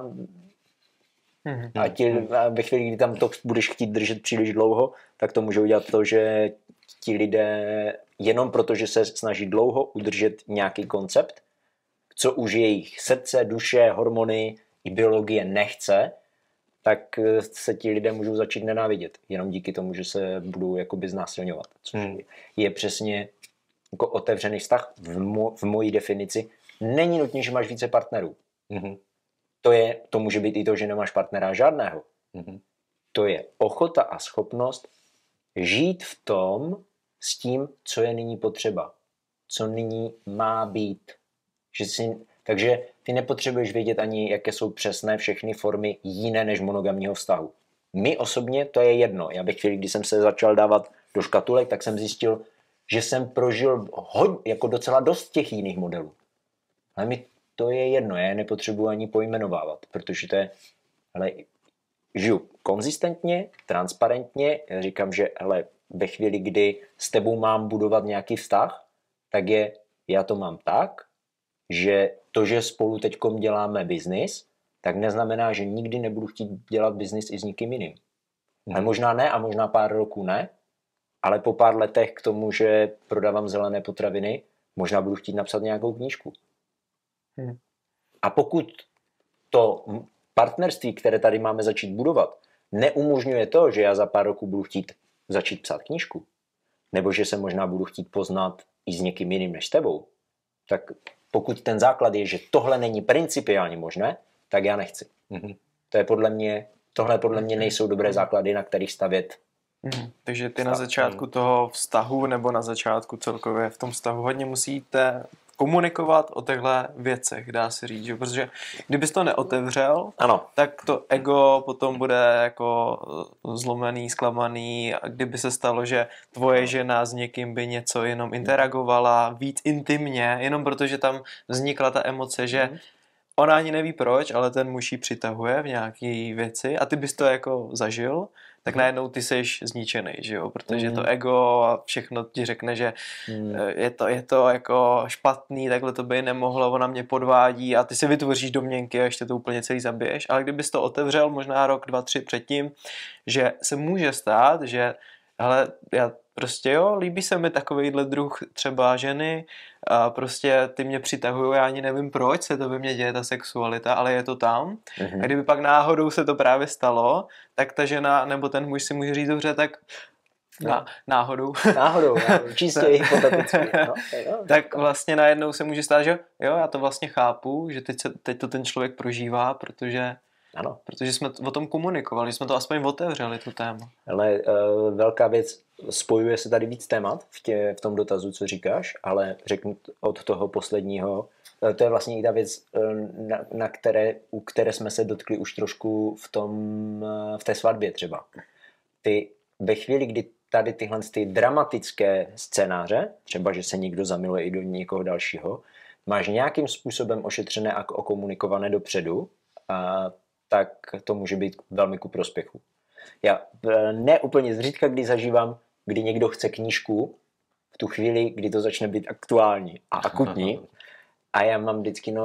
ve chvíli, kdy tam to budeš chtít držet příliš dlouho, tak to může udělat to, že ti lidé jenom proto, že se snaží dlouho udržet nějaký koncept, co už jejich srdce, duše, hormony i biologie nechce, tak se ti lidé můžou začít nenávidět. Jenom díky tomu, že se budou jakoby znásilňovat. Což je přesně jako otevřený vztah v mojí definici. Není nutně, že máš více partnerů. To může být i to, že nemáš partnera žádného. To je ochota a schopnost žít v tom s tím, co je nyní potřeba. Co nyní má být. Takže ty nepotřebuješ vědět ani, jaké jsou přesné všechny formy jiné než monogamního vztahu. Mi osobně to je jedno. Já bych chvíli, když jsem se začal dávat do škatulek, tak jsem zjistil, že jsem prožil jako docela dost těch jiných modelů. Ale mi to je jedno, já je nepotřebuji ani pojmenovávat, protože to je, hele, žiju konzistentně, transparentně, já říkám, že hele, ve chvíli, kdy s tebou mám budovat nějaký vztah, tak já to mám tak, že to, že spolu teďkom děláme biznis, tak neznamená, že nikdy nebudu chtít dělat biznis i s nikým jiným. Ale možná ne a možná pár roků ne, ale po pár letech k tomu, že prodávám zelené potraviny, možná budu chtít napsat nějakou knížku. A pokud to partnerství, které tady máme začít budovat, neumožňuje to, že já za pár roků budu chtít začít psát knížku, nebo že se možná budu chtít poznat i s někým jiným než s tebou, tak pokud ten základ je, že tohle není principiálně možné, tak já nechci. Tohle podle mě nejsou dobré základy, na kterých stavět. Takže ty na začátku toho vztahu nebo na začátku celkově v tom vztahu hodně musíte komunikovat o těchto věcech, dá se říct, že? Protože kdybys to neotevřel, ano. tak to ego potom bude jako zlomený, zklamaný a kdyby se stalo, že tvoje žena s někým by něco jenom interagovala víc intimně, jenom protože tam vznikla ta emoce, že ona ani neví proč, ale ten muž ji přitahuje v nějaké věci a ty bys to jako zažil, tak najednou ty seš zničený, že jo, protože to ego a všechno ti řekne, že je to jako špatný, takhle to by nemohlo, ona mě podvádí a ty si vytvoříš domněnky a ještě to úplně celý zabiješ, ale kdybys to otevřel možná rok, 2, 3 předtím, že se může stát, že hele, já prostě jo, líbí se mi takovejhle druh třeba ženy a prostě ty mě přitahují, já ani nevím proč se to ve mně děje, ta sexualita, ale je to tam. A kdyby pak náhodou se to právě stalo, tak ta žena nebo ten muž si může říct dobře, tak náhodou. Náhodou, čistě hypoteticky. Tak vlastně najednou se může stát, že jo, já to vlastně chápu, že teď to ten člověk prožívá, protože jsme o tom komunikovali, jsme to aspoň otevřeli, to téma. Ale velká věc, spojuje se tady víc témat v tom dotazu, co říkáš, ale řeknu od toho posledního, to je vlastně i ta věc, u které jsme se dotkli už trošku v té svatbě třeba. Ty ve chvíli, kdy tady tyhle dramatické scénáře, třeba, že se někdo zamiluje i do někoho dalšího, máš nějakým způsobem ošetřené a okomunikované dopředu, tak to může být velmi ku prospěchu. Já ne úplně zřídka, kdy zažívám, kdy někdo chce knížku v tu chvíli, kdy to začne být aktuální a akutní a já mám vždycky,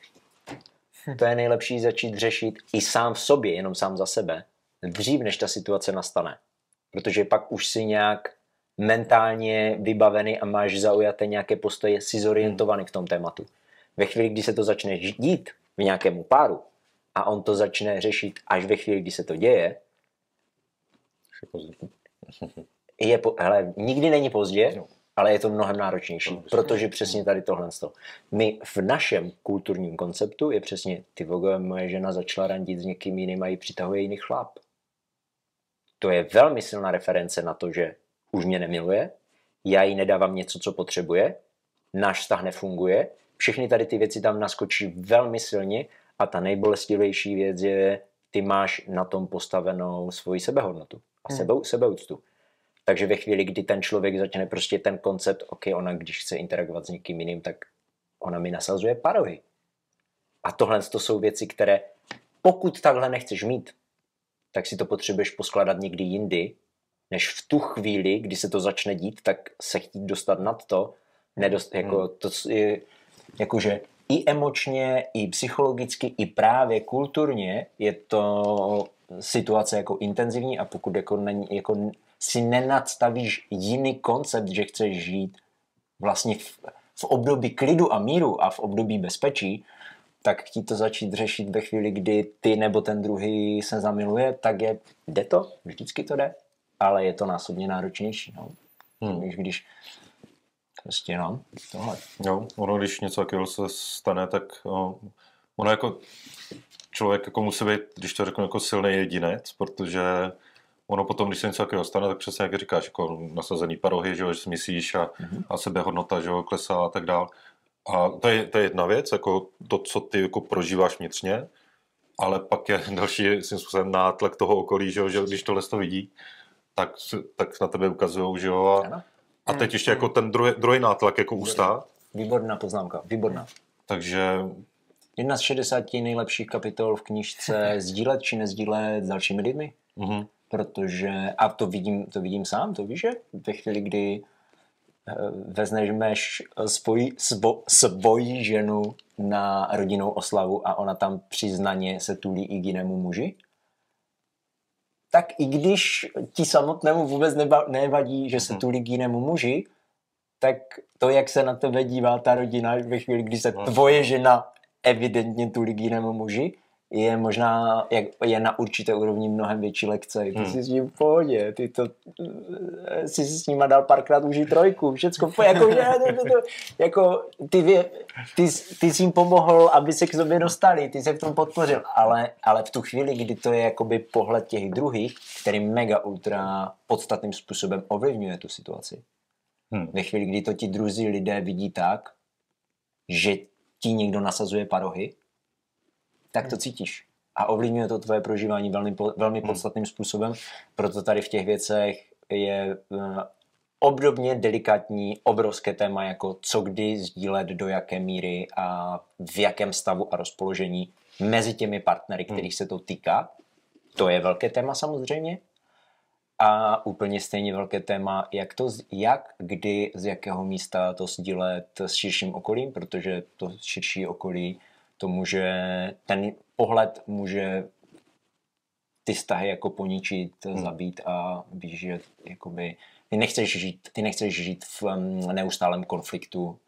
to je nejlepší začít řešit i sám v sobě, jenom sám za sebe, dřív, než ta situace nastane. Protože pak už si nějak mentálně vybavený a máš zaujaté nějaké postoje, si zorientovaný v tom tématu. Ve chvíli, kdy se to začne dít v nějakému páru, a on to začne řešit až ve chvíli, kdy se to děje, nikdy není pozdě, ale je to mnohem náročnější, protože přesně tady tohle. My v našem kulturním konceptu je přesně, ty vogo, moje žena začala randit s někým jiným a ji přitahuje jiný chlap. To je velmi silná reference na to, že už mě nemiluje, já jí nedávám něco, co potřebuje, náš vztah nefunguje, všechny tady ty věci tam naskočí velmi silně. A ta nejbolestivější věc je, ty máš na tom postavenou svoji sebehodnotu a sebeúctu. Takže ve chvíli, kdy ten člověk začne prostě ten koncept, ona když chce interagovat s někým jiným, tak ona mi nasazuje parohy. A tohle to jsou věci, které pokud takhle nechceš mít, tak si to potřebuješ poskládat někdy jindy, než v tu chvíli, kdy se to začne dít, tak se chtít dostat nad to, jakože i emočně, i psychologicky, i právě kulturně je to situace jako intenzivní a pokud si nenadstavíš jiný koncept, že chceš žít vlastně v období klidu a míru a v období bezpečí, tak chtít to začít řešit ve chvíli, kdy ty nebo ten druhý se zamiluje, tak jde to, vždycky to jde, ale je to násobně náročnější. Když prostě tohle. Jo, když něco takového se stane, tak ono jako člověk jako musí být, když to řeknu, jako silný jedinec, protože ono potom, když se něco takového stane, tak přesně jak říkáš, jako nasazený parohy, že si myslíš a sebehodnota, že klesá a tak dál. A to je jedna věc, jako to, co ty jako prožíváš vnitřně, ale pak je další způsobem nátlak toho okolí, že když tohle to vidí, tak na tebe ukazujou, že jo, a teď ještě jako ten druhý nátlak jako ustát. Výborná poznámka, výborná. Takže... Jedna z 60 nejlepších kapitol v knížce sdílet či nezdílet s dalšími lidmi. Protože, a to vidím sám, to víš, že ve chvíli, kdy vezmeš svoji ženu na rodinnou oslavu a ona tam přiznaně se tulí i k jinému muži, tak i když ti samotnému vůbec nevadí, že se tulí k jinému muži, tak to, jak se na tebe dívá ta rodina ve chvíli, kdy se tvoje žena evidentně tulí k jinému muži, je možná, je na určité úrovni mnohem větší lekce. Ty jsi s ním v pohodě, jsi s nima dal párkrát užít trojku, všecko, ty jsi jim pomohl, aby se k sobě dostali, ty se v tom podpořil, ale v tu chvíli, kdy to je jakoby pohled těch druhých, který mega ultra podstatným způsobem ovlivňuje tu situaci. Ve chvíli, kdy to ti druzí lidé vidí tak, že ti někdo nasazuje parohy, tak to cítíš. A ovlivňuje to tvoje prožívání velmi podstatným způsobem. Proto tady v těch věcech je obdobně delikátní obrovské téma, jako co kdy sdílet, do jaké míry a v jakém stavu a rozpoložení mezi těmi partnery, kterých se to týká. To je velké téma samozřejmě. A úplně stejně velké téma, jak, kdy, z jakého místa to sdílet s širším okolím, protože to širší okolí ten pohled může ty vztahy jako poničit, zabít a víš, že jakoby ty nechceš žít v neustálém konfliktu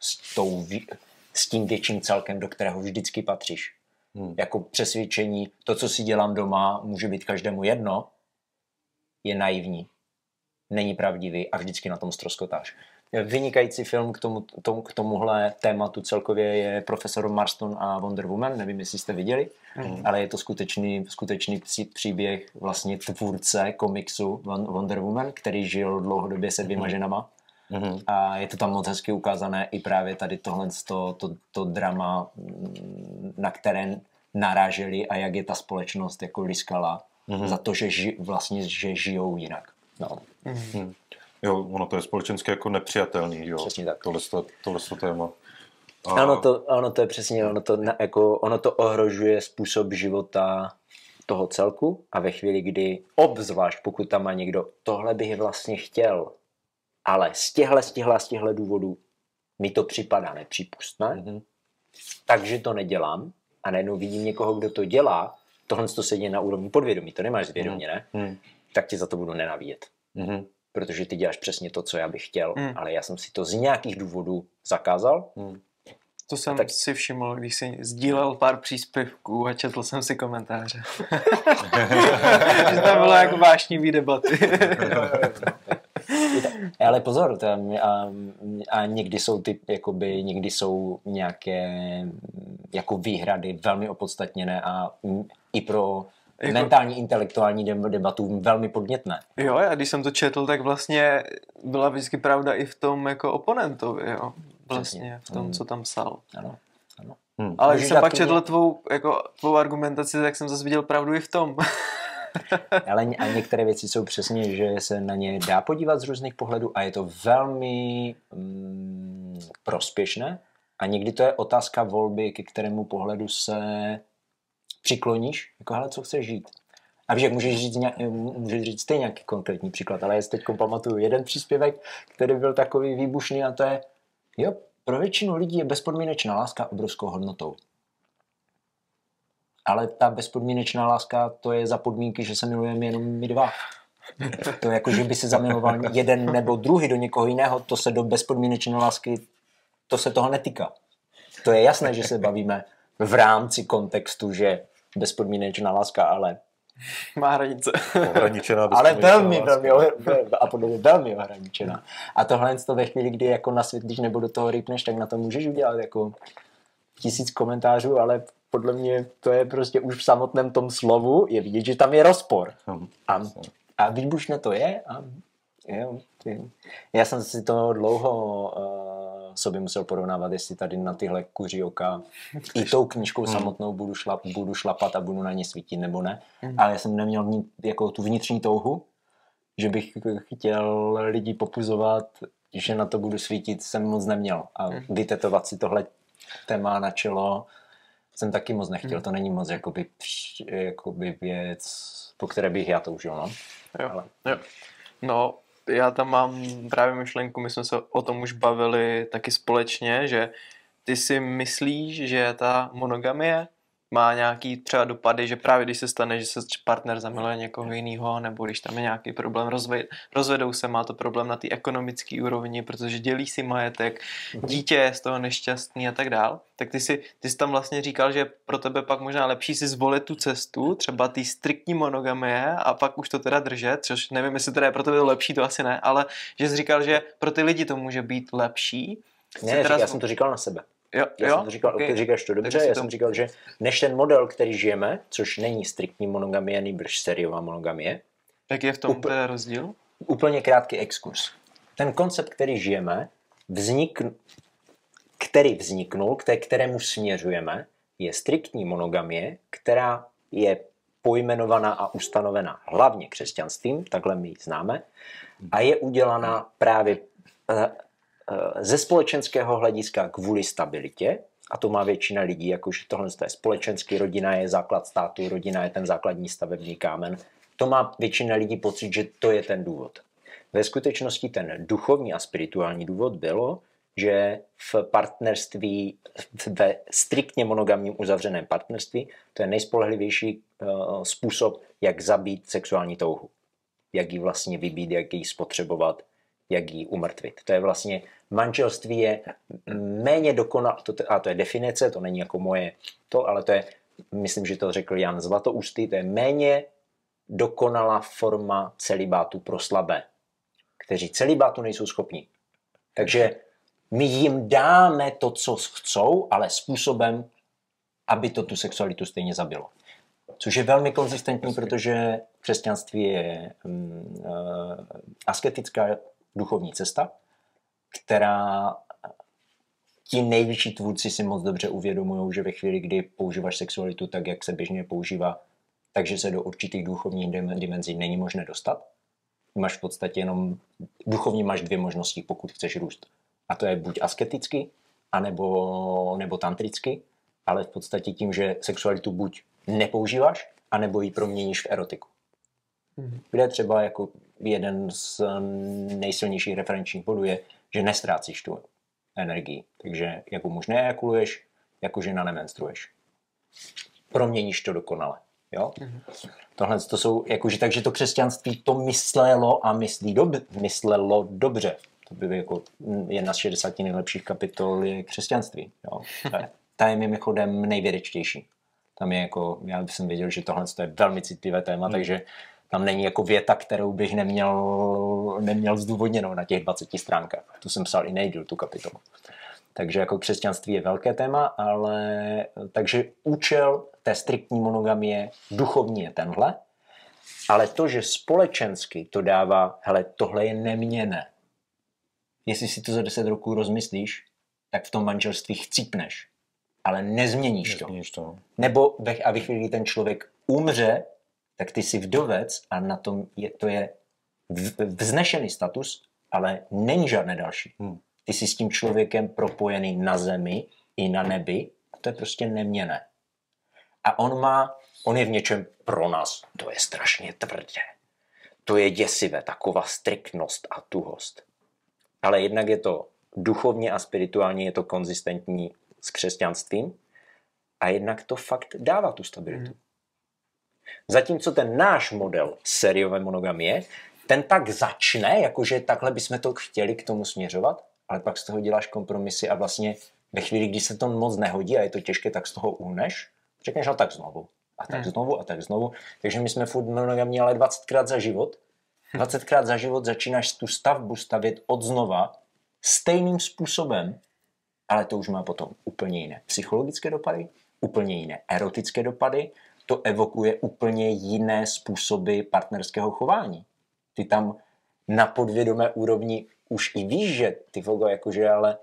s tím větším celkem, do kterého vždycky patříš. Jako přesvědčení, to, co si dělám doma, může být každému jedno, je naivní, není pravdivý a vždycky na tom ztroskotáš. Vynikající film k tomuhle tématu celkově je Profesor Marston a Wonder Woman, nevím, jestli jste viděli, ale je to skutečný příběh vlastně tvůrce komiksu Wonder Woman, který žil dlouhodobě se 2 ženama. A je to tam moc hezky ukázané i právě tady to drama, na které naráželi a jak je ta společnost jako liskala za to, že žijou jinak. No. Jo, ono to je společensky jako nepřijatelný, jo. Přesně tak. Tohle téma. Ono to je přesně, ono to ohrožuje způsob života toho celku a ve chvíli, kdy obzvlášť, pokud tam má někdo, tohle bych vlastně chtěl, ale z těchhle důvodů mi to připadá nepřípustné, takže to nedělám a najednou vidím někoho, kdo to dělá, tohle to se děje na úrovni podvědomí, to nemáš zvědomě, ne? Tak ti za to budu nenávidět. Protože ty děláš přesně to, co já bych chtěl, ale já jsem si to z nějakých důvodů zakázal. To jsem si všiml, když jsi sdílel pár příspěvků a četl jsem si komentáře. Že tam bylo jako vášnivý debaty. Ale pozor, a někdy jsou nějaké jako výhrady velmi opodstatněné a i pro mentální, intelektuální debatu velmi podnětné. Jo, a když jsem to četl, tak vlastně byla vždycky pravda i v tom jako oponentovi, jo. Vlastně v tom, co tam psal. Ano. Ale když jsem pak četl tvou argumentaci, tak jsem zase viděl pravdu i v tom. Ale a některé věci jsou přesně, že se na ně dá podívat z různých pohledů a je to velmi prospěšné. A někdy to je otázka volby, ke kterému pohledu se přikloníš, jako hele, co chceš žít. A víš, jak můžeš říct stejně nějaký konkrétní příklad, ale já si teď pamatuju jeden příspěvek, který byl takový výbušný a to je, jo, pro většinu lidí je bezpodmínečná láska obrovskou hodnotou. Ale ta bezpodmínečná láska, to je za podmínky, že se milujeme jenom my dva. To je jako, že by se zamiloval jeden nebo druhý do někoho jiného, to se do bezpodmínečné lásky, to se toho netýká. To je jasné, že se bavíme v rámci kontextu, že bezpodmínečná láska, ale má hranice. Ohraničená, ale velmi ohraničená. A tohle to ve chvíli, kdy jako nasvětlíš nebo do toho rýpneš, tak na to můžeš udělat jako 1000 komentářů, ale podle mě to je prostě už v samotném tom slovu je vidět, že tam je rozpor. A výbušné to je. Já jsem si to dlouho sobě musel porovnávat, jestli tady na tyhle kuří oka i tou knížkou samotnou budu šlapat a budu na ně svítit nebo ne. Ale já jsem neměl jako tu vnitřní touhu, že bych chtěl lidi popuzovat, že na to budu svítit, jsem moc neměl. A vytetovat si tohle téma na čelo jsem taky moc nechtěl. To není moc jakoby věc, po které bych já toužil. No? Jo. No, já tam mám právě myšlenku, my jsme se o tom už bavili taky společně, že ty si myslíš, že ta monogamie má nějaký třeba dopady, že právě když se stane, že se partner zamiluje někoho jiného, nebo když tam je nějaký problém, rozvedou se, má to problém na té ekonomické úrovni, protože dělí si majetek, dítě je z toho nešťastný a tak dál, tak ty jsi tam vlastně říkal, že pro tebe pak možná lepší si zvolit tu cestu, třeba ty striktní monogamie a pak už to teda držet, což nevím, jestli teda je pro tebe to lepší, to asi ne, ale že jsi říkal, že pro ty lidi to může být lepší. Ne, já jsem to říkal na sebe. Já jsem to říkal, okay. Ty říkáš to dobře, já jsem říkal, že než ten model, který žijeme, což není striktní monogamie, nýbrž sériová monogamie. Jak je v tom teda rozdíl? Úplně krátký exkurs. Ten koncept, který žijeme, který vzniknul, kterému směřujeme, je striktní monogamie, která je pojmenovaná a ustanovena hlavně křesťanstvím, takhle my ji známe, a je udělaná právě ze společenského hlediska kvůli stabilitě, a to má většina lidí, jakože tohle je společenský, rodina je základ státu, rodina je ten základní stavební kámen. To má většina lidí pocit, že to je ten důvod. Ve skutečnosti ten duchovní a spirituální důvod bylo, že v partnerství, ve striktně monogamním uzavřeném partnerství, to je nejspolehlivější způsob, jak zabít sexuální touhu. Jak ji vlastně vybít, jak ji spotřebovat, jak ji umrtvit. To je vlastně, manželství je méně dokonalé, a to je definice, to není jako moje to, ale to je, myslím, že to řekl Jan Zlatoustý, to je méně dokonalá forma celibátu pro slabé, kteří celibátu nejsou schopni. Takže my jim dáme to, co chcou, ale způsobem, aby to tu sexualitu stejně zabilo. Což je velmi konzistentní, protože křesťanství je asketická duchovní cesta, která ti nejvyšší tvůrci si moc dobře uvědomují, že ve chvíli, kdy používáš sexualitu tak, jak se běžně používá, takže se do určitých duchovních dimenzí není možné dostat. Máš v podstatě jenom, duchovní máš dvě možnosti, pokud chceš růst. A to je buď asketicky, anebo tantricky, ale v podstatě tím, že sexualitu buď nepoužíváš, anebo ji proměníš v erotiku. Kde třeba jako jeden z nejsilnějších referenčních bodů je, že nestrácíš tu energii. Takže jako muž neejakuluješ, jako žena nemenstruuješ. Proměníš to dokonale. Jo? Tohle to jsou, jakože, takže to křesťanství to myslelo a myslelo dobře. To by jako jedna z 60 nejlepších kapitol je křesťanství. Jo? Ta je mimochodem nejvědečtější. Tam je jako, já jsem věděl, že tohle je velmi citlivé téma, takže tam není jako věta, kterou bych neměl zdůvodněnou na těch 20 stránkách. Tu jsem psal i nejdýl, tu kapitolu. Takže jako křesťanství je velké téma, ale takže účel té striktní monogamie duchovní je tenhle, ale to, že společensky to dává, hele, tohle je neměnné. Jestli si to za 10 roků rozmyslíš, tak v tom manželství chcípneš, ale nezměníš to. Nebo ve chvíli, kdy ten člověk umře, tak ty jsi vdovec a na tom to je vznešený status, ale není žádné další. Ty jsi s tím člověkem propojený na zemi i na nebi a to je prostě neměnné. A on je v něčem pro nás, to je strašně tvrdé. To je děsivé, taková striktnost a tuhost. Ale jednak je to duchovně a spirituálně je to konzistentní s křesťanstvím a jednak to fakt dává tu stabilitu. Zatímco ten náš model sériové monogamie, ten tak začne, jakože takhle bychom to chtěli k tomu směřovat, ale pak z toho děláš kompromisy a vlastně ve chvíli, kdy se to moc nehodí a je to těžké, tak z toho uhneš, řekneš, a tak znovu. A tak znovu, a tak znovu. Takže my jsme furt monogamní, ale 20krát za život. 20krát za život začínáš tu stavbu stavět od znova stejným způsobem, ale to už má potom úplně jiné psychologické dopady, úplně jiné erotické dopady, to evokuje úplně jiné způsoby partnerského chování. Ty tam na podvědomé úrovni už i víš, že ty vogo, jakože, ale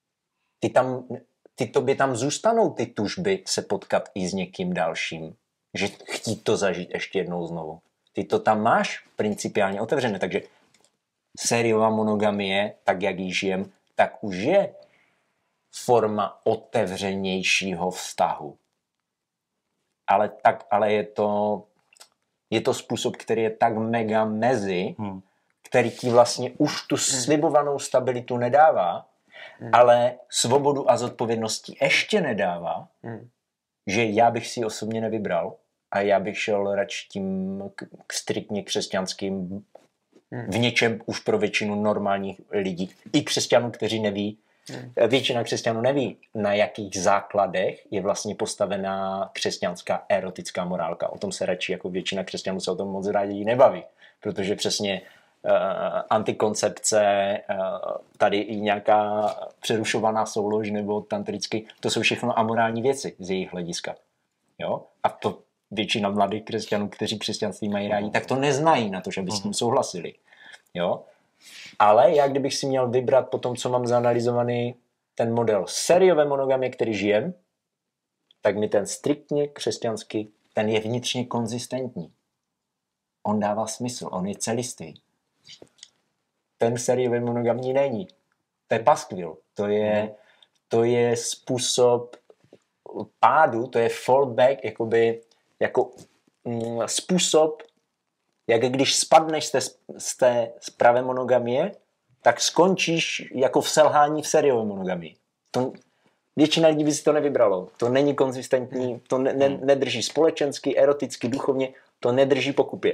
ty tobě tam zůstanou ty tužby se potkat i s někým dalším, že chtít to zažít ještě jednou znovu. Ty to tam máš principiálně otevřené, takže sériová monogamie, tak jak ji žijem, tak už je forma otevřenějšího vztahu. Ale je to způsob, který je tak mega mezi, který ti vlastně už tu slibovanou stabilitu nedává, ale svobodu a zodpovědnosti ještě nedává, že já bych si osobně nevybral a já bych šel radši tím k striktně křesťanským v něčem už pro většinu normálních lidí. I křesťanů, kteří neví, většina křesťanů neví, na jakých základech je vlastně postavená křesťanská erotická morálka. O tom se radši jako většina křesťanů se o tom moc rádi nebaví, protože přesně antikoncepce, tady i nějaká přerušovaná soulož nebo tantricky, to jsou všechno amorální věci z jejich hlediska. Jo? A to většina mladých křesťanů, kteří křesťanství mají rádi, tak to neznají na to, že by s tím souhlasili. Jo? Ale já kdybych si měl vybrat po tom, co mám zanalyzovaný ten model sériové monogamie, který žijem, tak mi ten striktně křesťanský, ten je vnitřně konzistentní. On dává smysl, on je celistvý. Ten sériový monogamní není. To je paskvil. To je způsob pádu, to je fallback, jako způsob, jak když spadneš z té pravé monogamie, tak skončíš jako v selhání v sériové monogamii. Většina lidí by si to nevybralo. To není konzistentní, to nedrží společensky, eroticky, duchovně, to nedrží pokupě.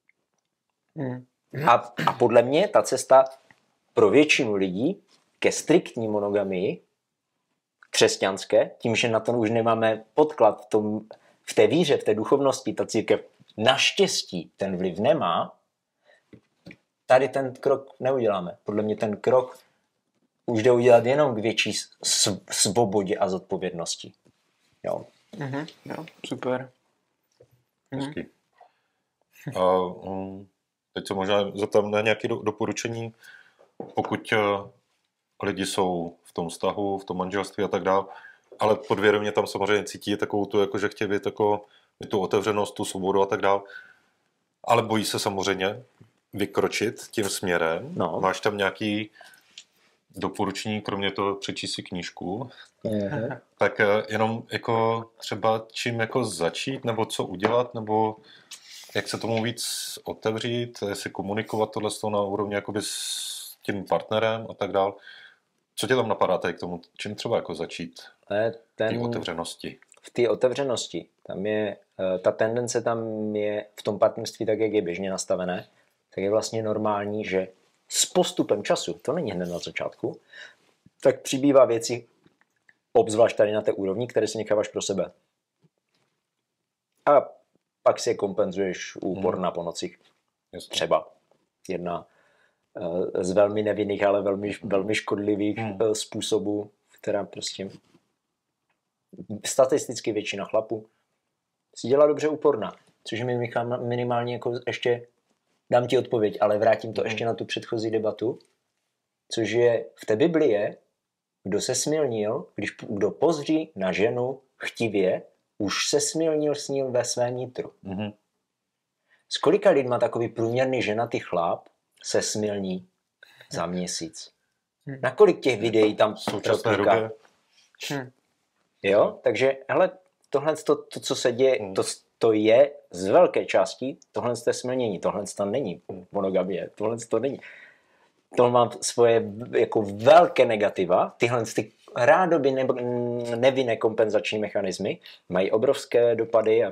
A podle mě ta cesta pro většinu lidí ke striktní monogamii křesťanské, tím, že na to už nemáme podklad v té víře, v té duchovnosti, ta církev naštěstí ten vliv nemá, tady ten krok neuděláme. Podle mě ten krok už jde udělat jenom k větší svobodě a zodpovědnosti. Jo. Jo, super. Hezky. A teď se možná zeptám na nějaké doporučení, pokud lidi jsou v tom vztahu, v tom manželství a tak dále, ale podvědomě tam samozřejmě cítí takovou tu, jako, že chtějí být jako tu otevřenost, tu svobodu a tak dále, ale bojí se samozřejmě vykročit tím směrem. No. Máš tam nějaký doporučení, kromě toho přečíst si knížku, tak jenom jako třeba čím jako začít, nebo co udělat, nebo jak se tomu víc otevřít, jestli komunikovat tohle na úrovni jakoby s tím partnerem a tak dále. Co tě tam napadá tady k tomu? Čím třeba jako začít té otevřenosti? V té otevřenosti, tam je, ta tendence tam je v tom partnerství tak, jak je běžně nastavené, tak je vlastně normální, že s postupem času, to není hned na začátku, tak přibývá věci, obzvlášť tady na té úrovni, které si necháváš pro sebe. A pak si je kompenzuješ úporna po nocích. Třeba jedna z velmi nevinných, ale velmi škodlivých způsobů, která prostě statisticky většina chlapů si dělá dobře úporná. Což mi minimálně jako ještě dám ti odpověď, ale vrátím to ještě na tu předchozí debatu, což je v té Biblii je, kdo se smilnil, kdo pozří na ženu chtivě, už se smilnil s ním ve svém nitru. S kolika lidma takový průměrný ženatý chlap se smilní za měsíc? Na kolik těch videí tam současné době? Jo, takže hele, tohle, co se děje, to je z velké části, tohle je smilnění, tohle to není monogamie, tohle to není. To má svoje jako velké negativa, tyhle ty rádoby nevinné kompenzační mechanismy mají obrovské dopady a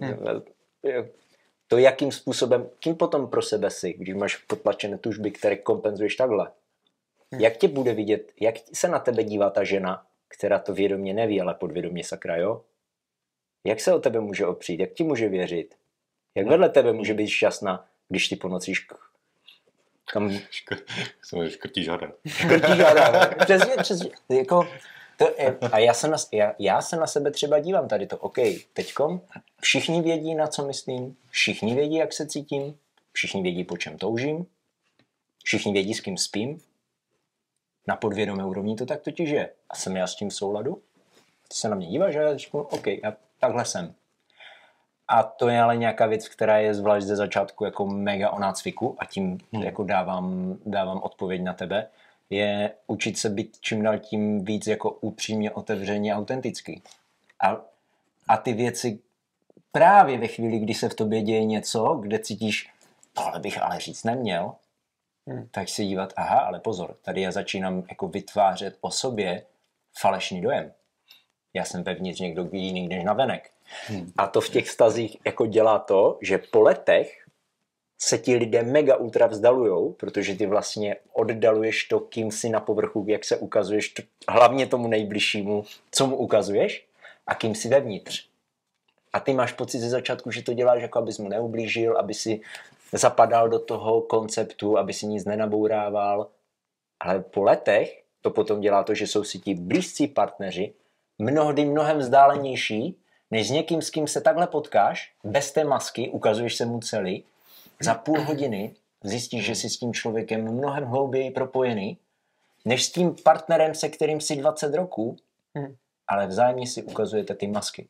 to, jakým způsobem, kým potom pro sebe si, když máš potlačené tužby, které kompenzuješ takhle. Jak tě bude vidět, jak se na tebe dívá ta žena, která to vědomě neví, ale podvědomě sakra, jo? Jak se o tebe může opřít, jak ti může věřit? Jak vedle tebe může být šťastná, když ty po nocích tam... Škrtíš hada. Škrtíš hada, přesně. Jako, a já se na sebe třeba dívám tady to, OK, teďkom všichni vědí, na co myslím, všichni vědí, jak se cítím, všichni vědí, po čem toužím, všichni vědí, s kým spím. Na podvědomé úrovni to tak totiž je. A jsem já s tím v souladu? Ty se na mě díváš, že já řeknu, OK, já takhle jsem. A to je ale nějaká věc, která je zvlášť ze začátku jako mega o nácviku a tím jako dávám odpověď na tebe, je učit se být čím dál tím víc jako upřímně, otevřeně, autentický. A ty věci právě ve chvíli, kdy se v tobě děje něco, kde cítíš, tohle bych ale říct neměl, tak si dívat, aha, ale pozor, tady já začínám jako vytvářet o sobě falešný dojem. Já jsem vevnitř někdo jiný než navenek. A to v těch vztazích jako dělá to, že po letech se ti lidé mega ultra vzdalujou, protože ty vlastně oddaluješ to, kým jsi na povrchu, jak se ukazuješ, hlavně tomu nejbližšímu, co mu ukazuješ, a kým jsi vevnitř. A ty máš pocit ze začátku, že to děláš, jako abys mu neublížil, aby si zapadal do toho konceptu, aby si nic nenabourával. Ale po letech to potom dělá to, že jsou si ti blízcí partneři mnohdy mnohem vzdálenější, než s někým, s kým se takhle potkáš, bez té masky, ukazuješ se mu celý, za půl hodiny zjistíš, že jsi s tím člověkem mnohem hlouběji propojený, než s tím partnerem, se kterým jsi 20 roků, ale vzájemně si ukazujete ty masky.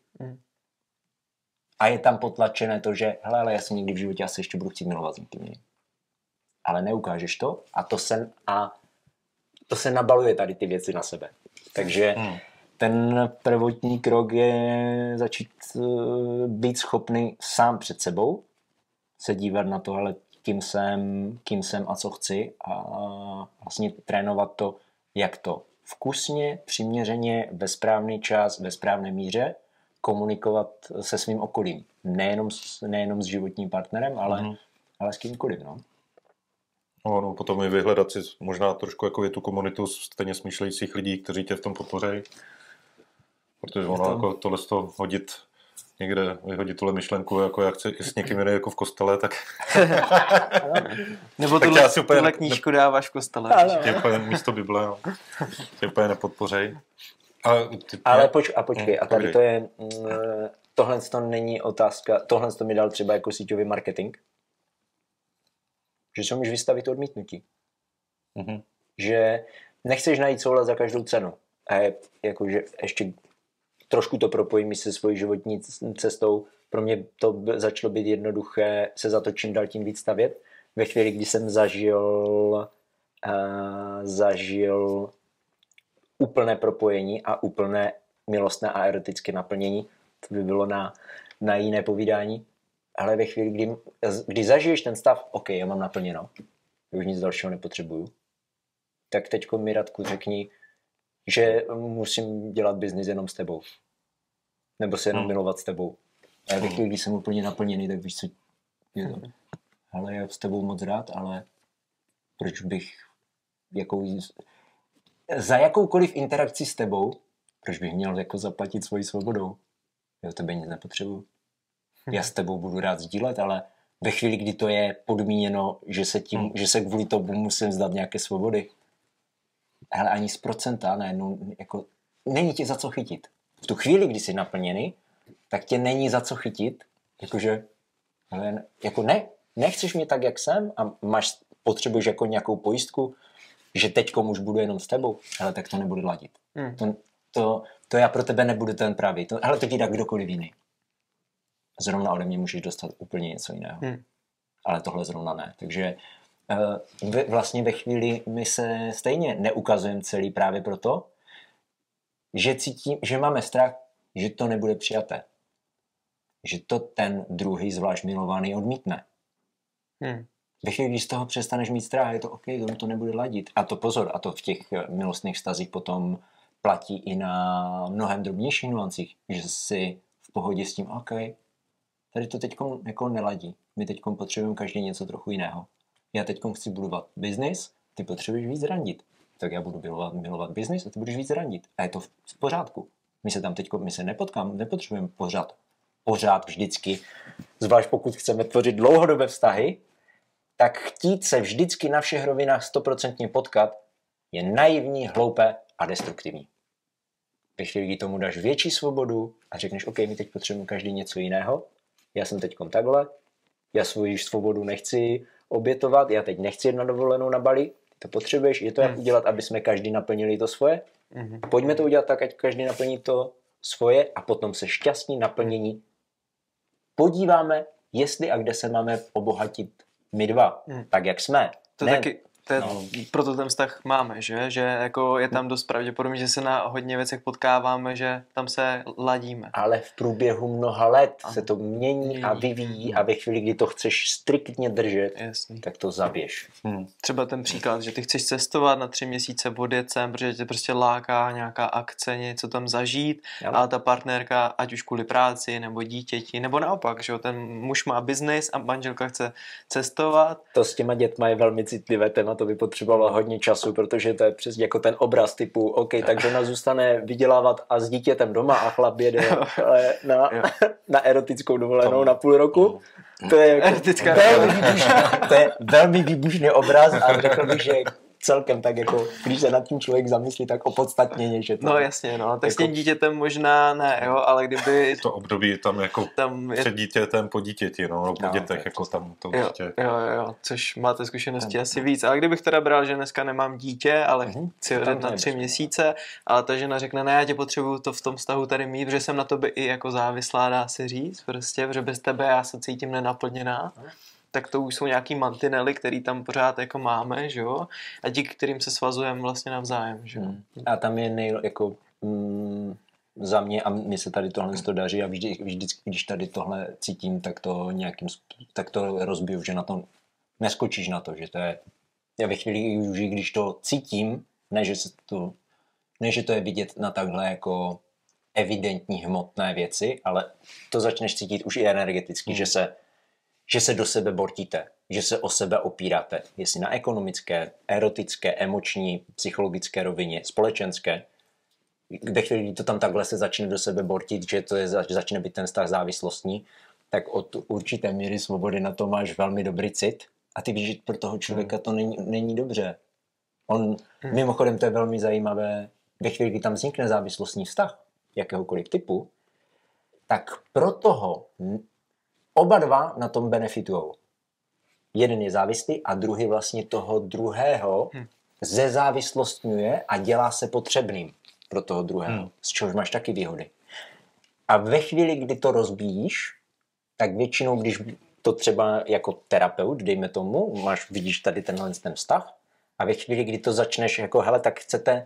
A je tam potlačené to, že hele, ale já se nikdy v životě asi ještě budu chtít milovat s někým jiným. Ale neukážeš to a to se nabaluje tady ty věci na sebe. Takže ten prvotní krok je začít být schopný sám před sebou se dívat na to, ale kým jsem a co chci a vlastně trénovat to, jak to vkusně, přiměřeně, ve správný čas, ve správné míře komunikovat se svým okolím. Nejenom s životním partnerem, ale s kýmkoliv. No, potom i vyhledat si možná trošku jako je tu komunitu stejně smýšlejících lidí, kteří tě v tom podpořejí. Protože ono jako tohle z toho vyhodit tuhle myšlenku, jako jak chci s někým jiným jako v kostele, tak... Nebo tuhle knížku dáváš v kostele. Tě úplně místo Bible, no. Tě úplně nepodpořej. Ale počkej, a tady to je... Tohle to není otázka, tohle to mi dal třeba jako síťový marketing, že se můžeš vystavit odmítnutí. Že nechceš najít souhlas za každou cenu. A jakože ještě trošku to propojím se svojí životní cestou. Pro mě to začalo být jednoduché se za to čím dál tím víc stavět. Ve chvíli, kdy jsem zažil úplné propojení a úplné milostné a erotické naplnění, to by bylo na jiné povídání, ale ve chvíli, kdy zažiješ ten stav, OK, já mám naplněno, už nic dalšího nepotřebuju, tak teďko mi, Radku, řekni, že musím dělat biznis jenom s tebou. Nebo se jenom milovat s tebou. A ve chvíli, kdy jsem úplně naplněný, tak víš, co je to. Ale já s tebou moc rád, ale proč bych za jakoukoliv interakci s tebou, proč bych měl jako zaplatit svoji svobodou? Já o tebe nic nepotřebuju. Já s tebou budu rád sdílet, ale ve chvíli, kdy to je podmíněno, že se kvůli tomu musím vzdát nějaké svobody, ale ani z procenta najednou jako není tě za co chytit. V tu chvíli, kdy jsi naplněný, tak tě není za co chytit, jakože jako nechceš mě tak, jak jsem a potřebuješ jako nějakou pojistku, že teďkom už budu jenom s tebou, ale tak to nebude ladit. To já pro tebe nebudu ten pravý. Ale to ti dá kdokoliv jiný. Zrovna ode mě můžeš dostat úplně něco jiného. Ale tohle zrovna ne. Takže vlastně ve chvíli my se stejně neukazujeme celý právě proto, že cítím, že máme strach, že to nebude přijaté. Že to ten druhý, zvlášť milovaný, odmítne. Ve chvíli, když z toho přestaneš mít strach, je to OK, to nebude ladit. A to pozor, a to v těch milostných vztazích potom platí i na mnohem drobnějších nuancích, že si v pohodě s tím, OK, tady to teďkom jako neladí. My teďkom potřebujeme každý něco trochu jiného. Já teďkom chci budovat biznis, ty potřebuješ víc randit. Tak já budu milovat biznis a ty budeš víc randit. A je to v pořádku. My se nepotřebujeme pořád vždycky. Zvlášť pokud chceme tvořit dlouhodobé vztahy, tak chtít se vždycky na všech rovinách 100% potkat je naivní, hloupé a destruktivní. Ve chvíli, kdy tomu dáš větší svobodu a řekneš, OK, my teď potřebujeme každý něco jiného, já jsem teďkom takhle, já svoji svobodu nechci obětovat, já teď nechci jít na dovolenou na Bali, ty to potřebuješ, je to jak udělat, aby jsme každý naplnili to svoje? Pojďme to udělat tak, ať každý naplní to svoje a potom se šťastní naplnění podíváme, jestli a kde se máme obohatit my dva, tak jak jsme. Proto ten vztah máme, že jako je tam dost pravděpodobně, že se na hodně věcech potkáváme, že tam se ladíme. Ale v průběhu mnoha let se to mění a vyvíjí a ve chvíli, kdy to chceš striktně držet, tak to zabiješ. Třeba ten příklad, že ty chceš cestovat na 3 měsíce, odjet sem, protože tě prostě láká nějaká akce, něco tam zažít, ale ta partnerka, ať už kvůli práci, nebo dítěti, nebo naopak, že ten muž má biznis a manželka chce cestovat. To s těma dětma je velmi citlivé téma, to by potřebovalo hodně času, protože to je přesně jako ten obraz typu, OK, tak žena zůstane vydělávat a s dítětem doma a chlap jede na erotickou dovolenou na půl roku. To je, to je velmi výbušný obraz a řekl bych, že celkem tak jako, když se nad tím člověk zamyslí, tak opodstatněně, že to... No jasně, no, tak jako... s tím dítětem možná ne, jo, ale kdyby... To období tam jako před dítětem, po dítěti, no, po dětech, jako tam to určitě... Jo, což máte zkušenosti asi víc, ale kdybych teda bral, že dneska nemám dítě, ale chci odjet na 3 měsíce, ale ta žena řekne, ne, já tě potřebuju to v tom vztahu tady mít, protože jsem na tobě i jako závislá, dá se říct, prostě, protože bez tebe já se cítím nenaplněná. Tak to už jsou nějaký mantinely, který tam pořád jako máme, že jo? A díky kterým se svazujeme vlastně navzájem, že jo? A tam je za mě, a mně se tady tohle daří a vždycky, když tady tohle cítím, tak to rozbiju, že na to neskočíš na to, že to je, já ve chvíli, když to cítím, ne, že to je vidět na takhle jako evidentní hmotné věci, ale to začneš cítit už i energeticky, že se do sebe bortíte, že se o sebe opíráte, jestli na ekonomické, erotické, emoční, psychologické rovině, společenské. Ve chvíli, kdy to tam takhle se začne do sebe bortit, že to začne být ten vztah závislostní, tak od určité míry svobody na to máš velmi dobrý cit a ty víš, že pro toho člověka to není dobře. Mimochodem to je velmi zajímavé, ve chvíli, kdy tam vznikne závislostní vztah jakéhokoliv typu, tak pro toho oba dva na tom benefitujou. Jeden je závislý a druhý vlastně toho druhého zezávislostňuje a dělá se potřebným pro toho druhého, z čehož máš taky výhody. A ve chvíli, kdy to rozbíjíš, tak většinou, když to třeba jako terapeut, dejme tomu, vidíš tady ten vztah a ve chvíli, kdy to začneš jako, hele, tak chcete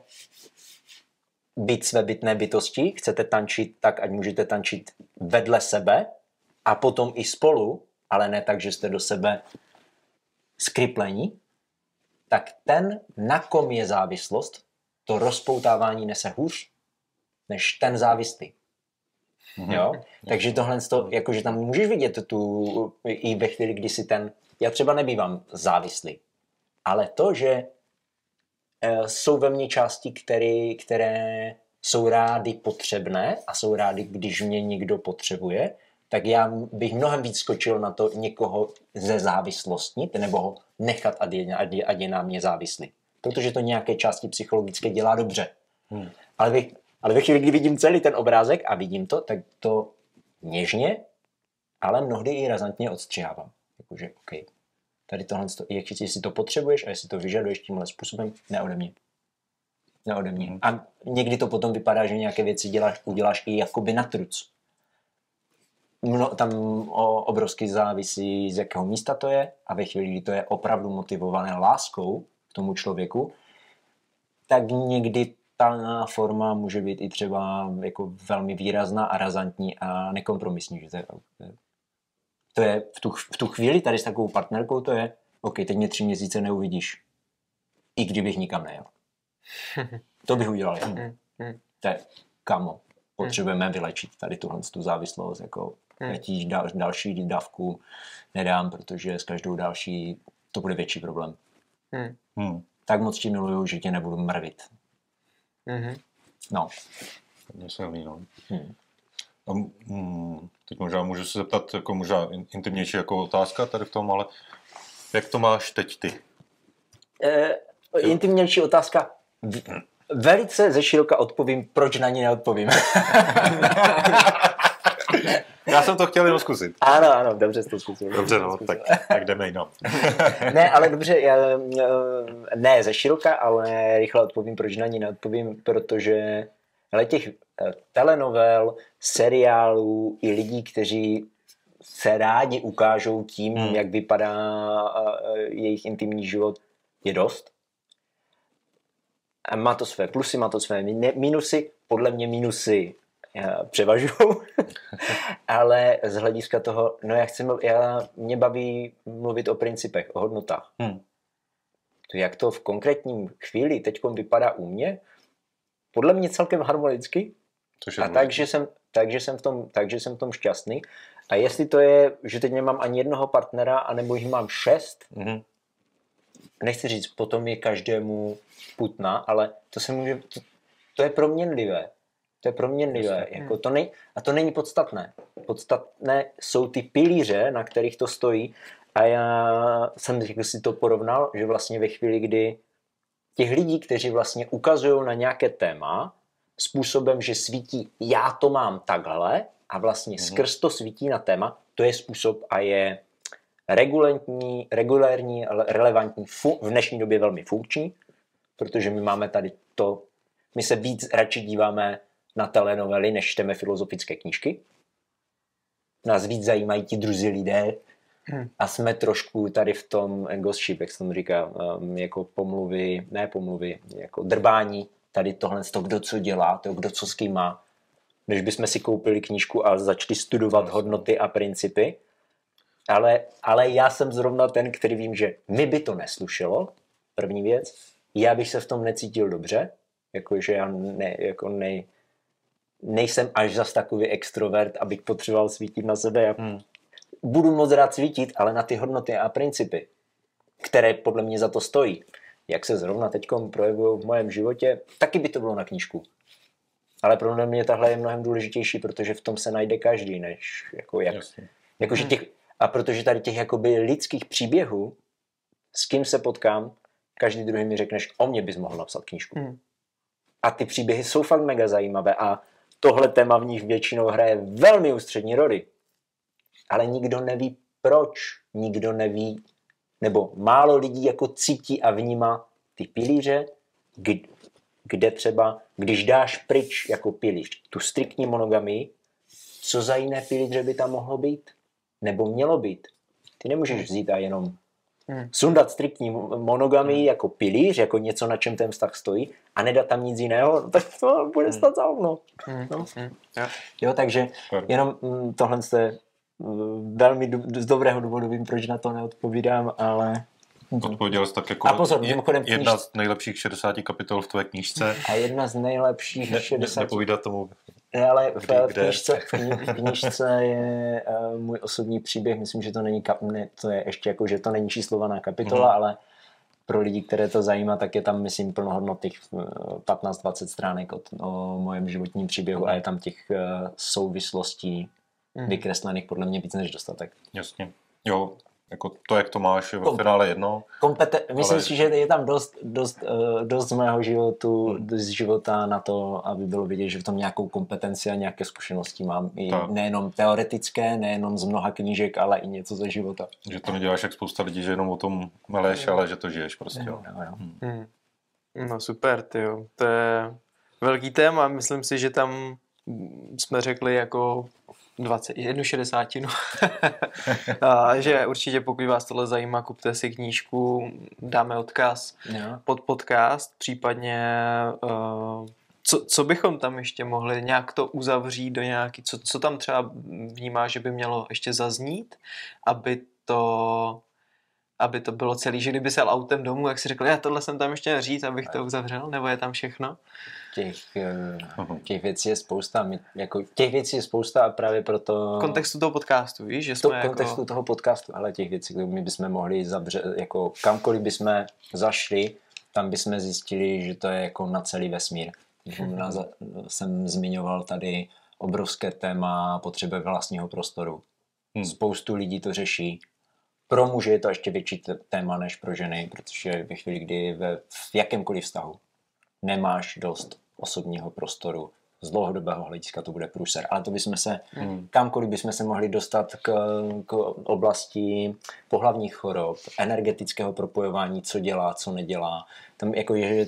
být svébytné bytosti, chcete tančit tak, ať můžete tančit vedle sebe, a potom i spolu, ale ne tak, že jste do sebe skriplení, tak ten, na kom je závislost, to rozpoutávání nese hůř, než ten závislý. Jo? Takže tohle, jakože tam můžeš vidět i ve chvíli, kdy si já třeba nebývám závislý, ale to, že jsou ve mně části, které jsou rády potřebné a jsou rády, když mě někdo potřebuje, tak já bych mnohem víc skočil na to někoho ze závislostnit, nebo ho nechat, ať je na mě závislý. Protože to nějaké části psychologické dělá dobře. Ale ve chvíli, kdy vidím celý ten obrázek a vidím to, tak to něžně, ale mnohdy i razantně odstřihávám. Jakože, OK, tady tohle, jestli to potřebuješ a jestli to vyžaduješ tímhle způsobem, ne ode mě. A někdy to potom vypadá, že nějaké věci uděláš i jakoby na truc. Tam obrovsky závisí, z jakého místa to je a ve chvíli, kdy to je opravdu motivované láskou k tomu člověku, tak někdy ta forma může být i třeba jako velmi výrazná a razantní a nekompromisní. Že to je v tu chvíli tady s takovou partnerkou to je, OK, teď mě 3 měsíce neuvidíš. I kdybych nikam nejel. To bych udělal já. To je, kamo, potřebujeme vylečit tady tu závislost, jako já ti další dávku nedám, protože s každou další to bude větší problém. Tak moc ti miluju, že tě nebudu mrvit. No. Hodně silný, no. Teď možná můžu se zeptat, jako možná intimnější jako otázka tady v tom, ale jak to máš teď ty? Intimnější otázka. Velice ze široka odpovím, proč na ní neodpovím. Já jsem to chtěl jenom zkusit. Ano, dobře jsi to zkusil. Dobře, no, tak jdeme jinam. Ne, ale dobře, ne ze široka, ale rychle odpovím, proč na ní neodpovím, protože těch telenovel, seriálů i lidí, kteří se rádi ukážou tím, jak vypadá jejich intimní život, je dost. A má to své plusy, má to své minusy. Podle mě minusy převažují. Ale z hlediska toho, no mě baví mluvit o principech, o hodnotách. To, jak to v konkrétním chvíli teďkom vypadá u mě, podle mě celkem harmonicky. A takže jsem v tom šťastný. A jestli to je, že teď nemám ani jednoho partnera, anebo že mám 6, nechci říct, potom je každému putna, ale to je proměnlivé. To je proměnlivé. Jako to není podstatné. Podstatné jsou ty pilíře, na kterých to stojí. A já jsem si to porovnal, že vlastně ve chvíli, kdy těch lidí, kteří vlastně ukazují na nějaké téma způsobem, že svítí, já to mám takhle, a vlastně skrz to svítí na téma, to je způsob a je regulérní, relevantní, v dnešní době velmi funkční, protože my máme tady to, my se víc radši díváme na telenovely, než čteme filozofické knížky. Nás víc zajímají ti druzí lidé a jsme trošku tady v tom ghost ship, jak se tomu říká, jako pomluvy, jako drbání, tady tohle, kdo co dělá, to kdo co s kým má. Než bychom si koupili knížku a začali studovat hodnoty a principy. Ale já jsem zrovna ten, který vím, že mi by to neslušelo, první věc. Já bych se v tom necítil dobře, jakože já nejsem až zas takový extrovert, abych potřeboval svítit na sebe. Já budu moc rád svítit, ale na ty hodnoty a principy, které podle mě za to stojí, jak se zrovna teďkom projevují v mém životě, taky by to bylo na knížku. Ale pro mě tahle je mnohem důležitější, protože v tom se najde každý, než a protože tady těch jakoby lidských příběhů, s kým se potkám, každý druhý mi řekneš, o mě bys mohl napsat knížku. A ty příběhy jsou fakt mega zajímavé a tohle téma v nich většinou hraje velmi ústřední roli. Ale nikdo neví proč, nikdo neví, nebo málo lidí jako cítí a vnímá ty pilíře, kde třeba, když dáš pryč jako pilíř tu striktní monogamii, co za jiné pilíře by tam mohlo být? Nebo mělo být? Ty nemůžeš vzít a jenom sundat striktní monogamii jako pilíř, jako něco, na čem ten vztah stojí a nedat tam nic jiného, tak to bude stát za ovno. Jo, takže jenom tohle je velmi z dobrého důvodu, vím, proč na to neodpovídám, ale... Odpověděl jsi tak jako jedna z nejlepších 60 kapitol v tvé knížce. A jedna z nejlepších 60... Nepovídat tomu, ale v knížce je můj osobní příběh, myslím, že to není to je ještě jako, že to není číslovaná kapitola, ale pro lidi, které to zajímá, tak je tam, myslím, plnohodnotných 15-20 stránek o mojem životním příběhu a je tam těch souvislostí vykreslených podle mě víc než dostatek. Jasně. Jo, jako to, jak to máš, je v finále jedno. Myslím si, že je tam dost z mého života na to, aby bylo vidět, že v tom nějakou kompetenci a nějaké zkušenosti mám. I nejenom teoretické, nejenom z mnoha knížek, ale i něco ze života. Že to neděláš jak spousta lidí, že jenom o tom meleš, ale že to žiješ prostě. Jo. No super, tyjo. To je velký téma. Myslím si, že tam jsme řekli jako 1/60. A že určitě, pokud vás tohle zajímá, kupte si knížku, dáme odkaz pod podcast, případně co bychom tam ještě mohli nějak to uzavřít do nějaký, co tam třeba vnímá, že by mělo ještě zaznít, aby to bylo celý, že kdyby se jel autem domů, jak si řekl, já tohle jsem tam ještě měl říct, abych to uzavřel, nebo je tam všechno? Těch věcí je spousta, těch věcí je spousta a právě proto... V kontextu toho podcastu, víš, že jsme kontextu toho podcastu, ale těch věcí, které my bychom mohli jako kamkoliv bychom zašli, tam bychom zjistili, že to je jako na celý vesmír. Jsem zmiňoval tady obrovské téma potřeby vlastního prostoru. Spoustu lidí to řeší. Pro muže je to ještě větší téma než pro ženy, protože ve chvíli, kdy v jakémkoliv vztahu nemáš dost osobního prostoru, z dlouhodobého hlediska to bude průser. Ale to bychom se, kamkoliv bychom se mohli dostat k oblasti pohlavních chorob, energetického propojování, co dělá, co nedělá. Tam jako je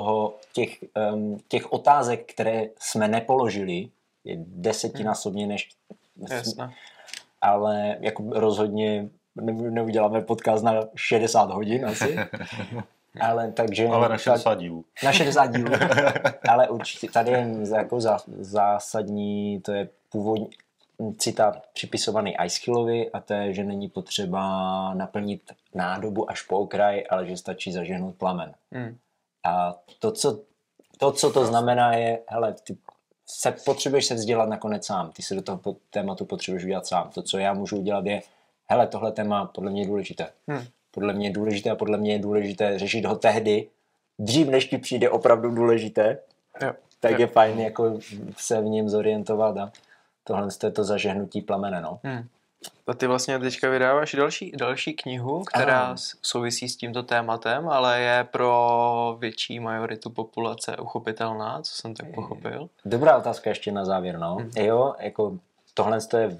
těch otázek, které jsme nepoložili, je 10násobně než... Jasně. Ale jako rozhodně neuděláme podcast na 60 hodin asi. Ale takže... Ale na 60 dílů. Na 60 dílů. Ale určitě tady je jako zásadní, to je původní citát připisovaný Aeschylovi a to je, že není potřeba naplnit nádobu až po okraj, ale že stačí zažehnout plamen. A to, co to znamená, je, hele, ty potřebuješ se vzdělat nakonec sám, ty se do toho tématu potřebuješ udělat sám. To, co já můžu udělat, je, hele, tohle téma podle mě je důležité. Podle mě je důležité a podle mě je důležité řešit ho tehdy, dřív než ti přijde opravdu důležité, tak je fajn jako se v něm zorientovat a tohle je to zažehnutí plamene, no. A ty vlastně teďka vydáváš další knihu, která souvisí s tímto tématem, ale je pro větší majoritu populace uchopitelná, co jsem tak pochopil. Dobrá otázka ještě na závěr, no. Jo, jako tohle je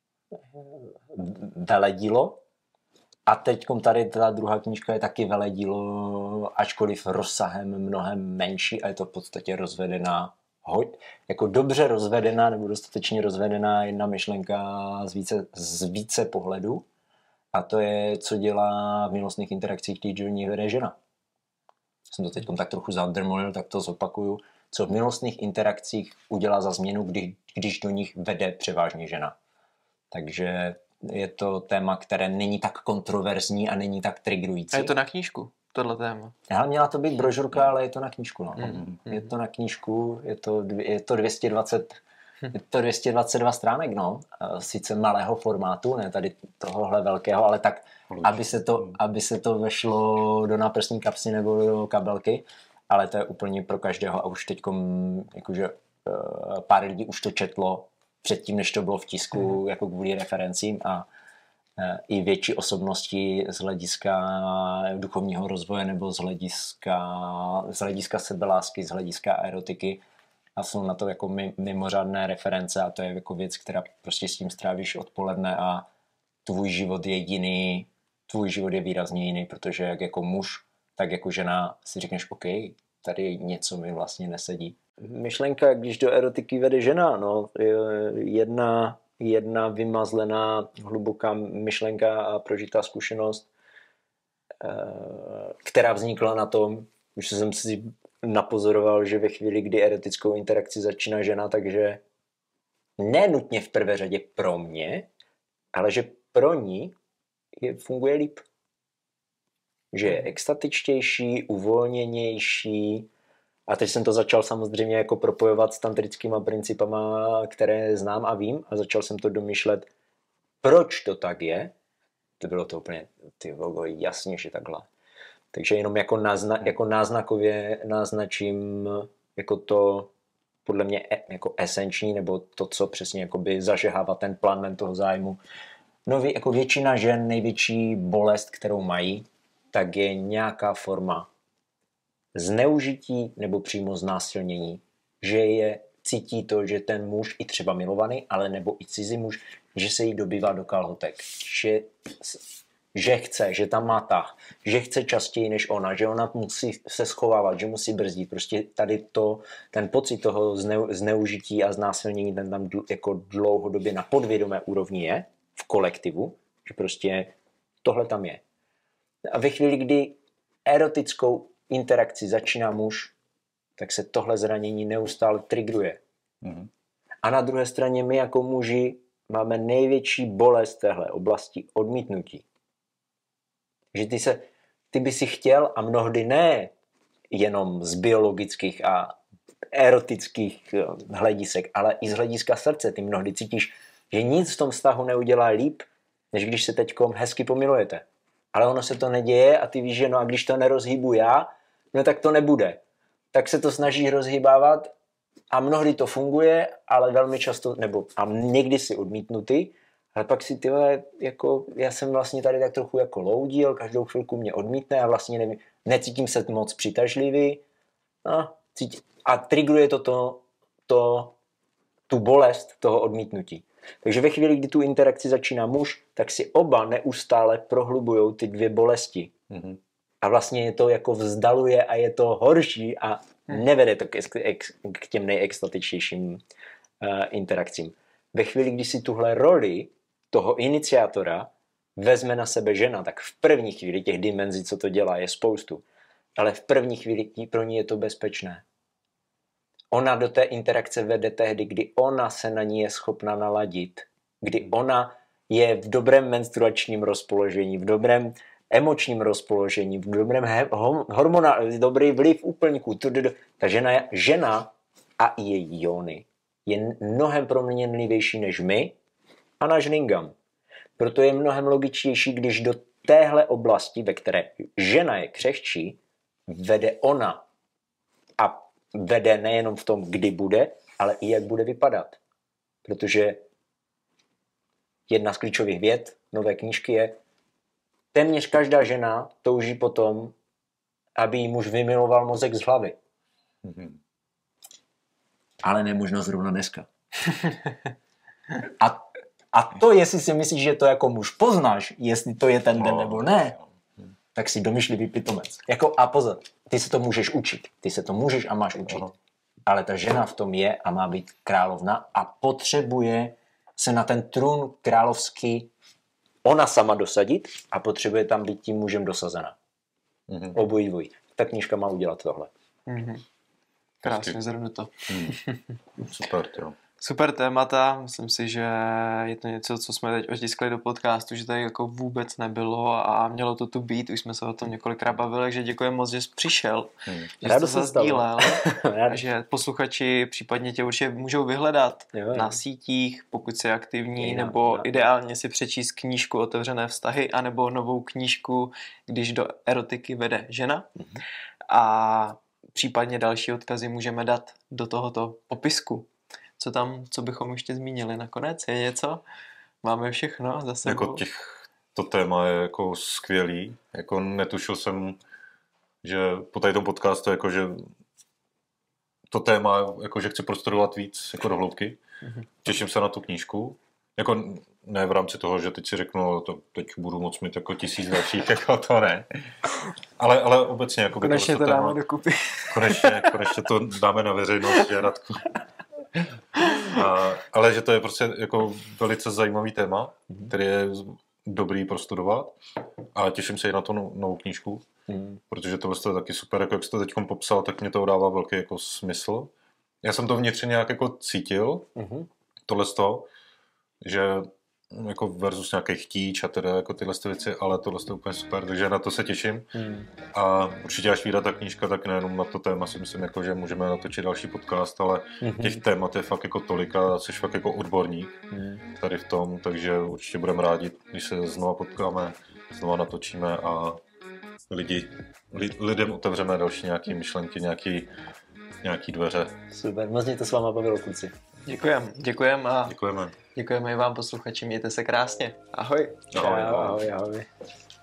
veledílo a teďkom tady ta druhá knížka je taky veledílo, ačkoliv rozsahem mnohem menší a je to v podstatě rozvedená jako dobře rozvedená nebo dostatečně rozvedená jedna myšlenka z více pohledů a to je, co dělá v milostných interakcích, když do ní vede žena. Jsem to teď tak trochu zadrmolil, tak to zopakuju. Co v milostných interakcích udělá za změnu, když do nich vede převážně žena. Takže je to téma, které není tak kontroverzní a není tak triggerující. A je to na knížku, tohle téma? Hele, měla to být brožurka, ale je to na knížku. No. Je to na knížku, je to 222 stránek, no. Sice malého formátu, ne tady tohohle velkého, ale tak, aby se to vešlo do náprsní kapsy nebo do kabelky, ale to je úplně pro každého a už teďkom, jakože pár lidí už to četlo předtím, než to bylo v tisku, jako kvůli referencím a i větší osobnosti z hlediska duchovního rozvoje nebo z hlediska sebelásky, z hlediska erotiky a jsou na to jako mimořádné reference a to je jako věc, která prostě s tím strávíš odpoledne a tvůj život je jiný, tvůj život je výrazně jiný, protože jak jako muž, tak jako žena si řekneš, OK, tady něco mi vlastně nesedí. Myšlenka, když do erotiky vede žena, no, jedna vymazlená, hluboká myšlenka a prožitá zkušenost, která vznikla na tom, už jsem si napozoroval, že ve chvíli, kdy erotickou interakci začíná žena, takže nenutně v prvé řadě pro mě, ale že pro ní funguje líp. Že je extatičtější, uvolněnější. A teď jsem to začal samozřejmě jako propojovat s tantrickýma principama, které znám a vím. A začal jsem to domýšlet, proč to tak je. To bylo to úplně, jasně, že takhle. Takže jenom jako náznakově naznačím jako to, podle mě jako esenční, nebo to, co přesně jakoby zažehává ten plamen toho zájmu. No, jako většina žen, největší bolest, kterou mají, tak je nějaká forma zneužití nebo přímo znásilnění. Že je cítí to, že ten muž, i třeba milovaný, ale nebo i cizí muž, že se jí dobývá do kalhotek. Že chce, že tam má tah, že chce častěji než ona, že ona musí se schovávat, že musí brzdit. Prostě tady ten pocit toho zneužití a znásilnění, ten tam jako dlouhodobě na podvědomé úrovni je v kolektivu, že prostě tohle tam je. A ve chvíli, kdy erotickou interakci začíná muž, tak se tohle zranění neustále triggeruje. A na druhé straně my jako muži máme největší bolest téhle oblasti odmítnutí. Že ty by si chtěl a mnohdy ne jenom z biologických a erotických hledisek, ale i z hlediska srdce. Ty mnohdy cítíš, že nic v tom vztahu neudělá líp, než když se teďkom hezky pomilujete. Ale ono se to neděje a ty víš, že no a když to nerozhýbu já, no tak to nebude. Tak se to snaží rozhýbávat a mnohdy to funguje, ale velmi často, nebo a někdy si odmítnutý, ale pak si tyhle, jako já jsem vlastně tady tak trochu jako loudil, každou chvilku mě odmítne a vlastně nevím, necítím se moc přitažlivý a triggeruje tu bolest toho odmítnutí. Takže ve chvíli, kdy tu interakci začíná muž, tak si oba neustále prohlubujou ty dvě bolesti. A vlastně je to jako vzdaluje a je to horší a nevede to k těm nejextatičtějším interakcím. Ve chvíli, kdy si tuhle roli toho iniciátora vezme na sebe žena, tak v první chvíli těch dimenzí, co to dělá, je spoustu. ale v první chvíli pro ní je to bezpečné. Ona do té interakce vede tehdy, kdy ona se na ní je schopna naladit, kdy ona je v dobrém menstruačním rozpoložení, v dobrém emočním rozpoložení, v dobrém dobrý vliv úplňků. Ta žena a i její jóny je mnohem proměnlivější než my a náš lingam. Proto je mnohem logičtější, když do téhle oblasti, ve které žena je křehčí, vede ona. A vede nejenom v tom, kdy bude, ale i jak bude vypadat. Protože jedna z klíčových vět nové knížky je, téměř každá žena touží potom, aby jí muž vymiloval mozek z hlavy. Ale nemožno zrovna dneska. A to, jestli si myslíš, že to jako muž poznáš, jestli to je ten den nebo ne, tak si domyšlivý pitomec. A pozor, ty se to můžeš učit. Ty se to můžeš a máš učit. Ale ta žena v tom je a má být královna a potřebuje se na ten trůn královský ona sama dosadit a potřebuje tam být tím mužem dosazena. Obojí dvojí. Ta knížka má udělat tohle. Krásně zhrnuto. Super, jo. Super témata, myslím si, že je to něco, co jsme teď otiskli do podcastu, že tady jako vůbec nebylo a mělo to tu být, už jsme se o tom několikrát bavili, takže děkuji moc, že jsi přišel, že jsi to zazdílel a že posluchači případně tě určitě můžou vyhledat na sítích, pokud jsi aktivní, nebo ideálně si přečíst knížku Otevřené vztahy, anebo novou knížku Když do erotiky vede žena a případně další odkazy můžeme dát do tohoto popisku. Co bychom ještě zmínili nakonec? Je něco? Máme všechno za sebou? Jako to téma je jako skvělý. Jako netušil jsem, že po tady tom podcastu, jako že to téma, jako že chci prostudovat víc jako do hloubky. Těším se na tu knížku. Jako ne v rámci toho, že teď si řeknu, to teď budu moc mít jako 1000 dalších, jako to ne. Ale obecně jako konečně to dáme dokupy. Konečně to dáme na veřejnost, Radku. Ale že to je prostě jako velice zajímavý téma, který je dobrý prostudovat a těším se i na tu novou knížku, protože tohle je taky super, jako jak jsi to teď popsal, tak mě to dává velký jako smysl. Já jsem to vnitřně nějak jako cítil, tohle z toho, že jako versus nějaký chtíč a teda jako tyhle věci, ale tohle je úplně super, takže na to se těším. A určitě až vyjde ta knížka, tak nejenom na to téma si myslím, jako, že můžeme natočit další podcast, ale těch témat je fakt jako tolik a jsi fakt jako odborník tady v tom, takže určitě budeme rádi, když se znova potkáme, znova natočíme a lidem otevřeme další nějaké myšlenky, nějaký dveře. Super, moc mě to s váma bavilo, kluci. Děkujeme a Děkujeme. Děkujeme i vám, posluchači, mějte se krásně. Ahoj. Ahoj. Ahoj.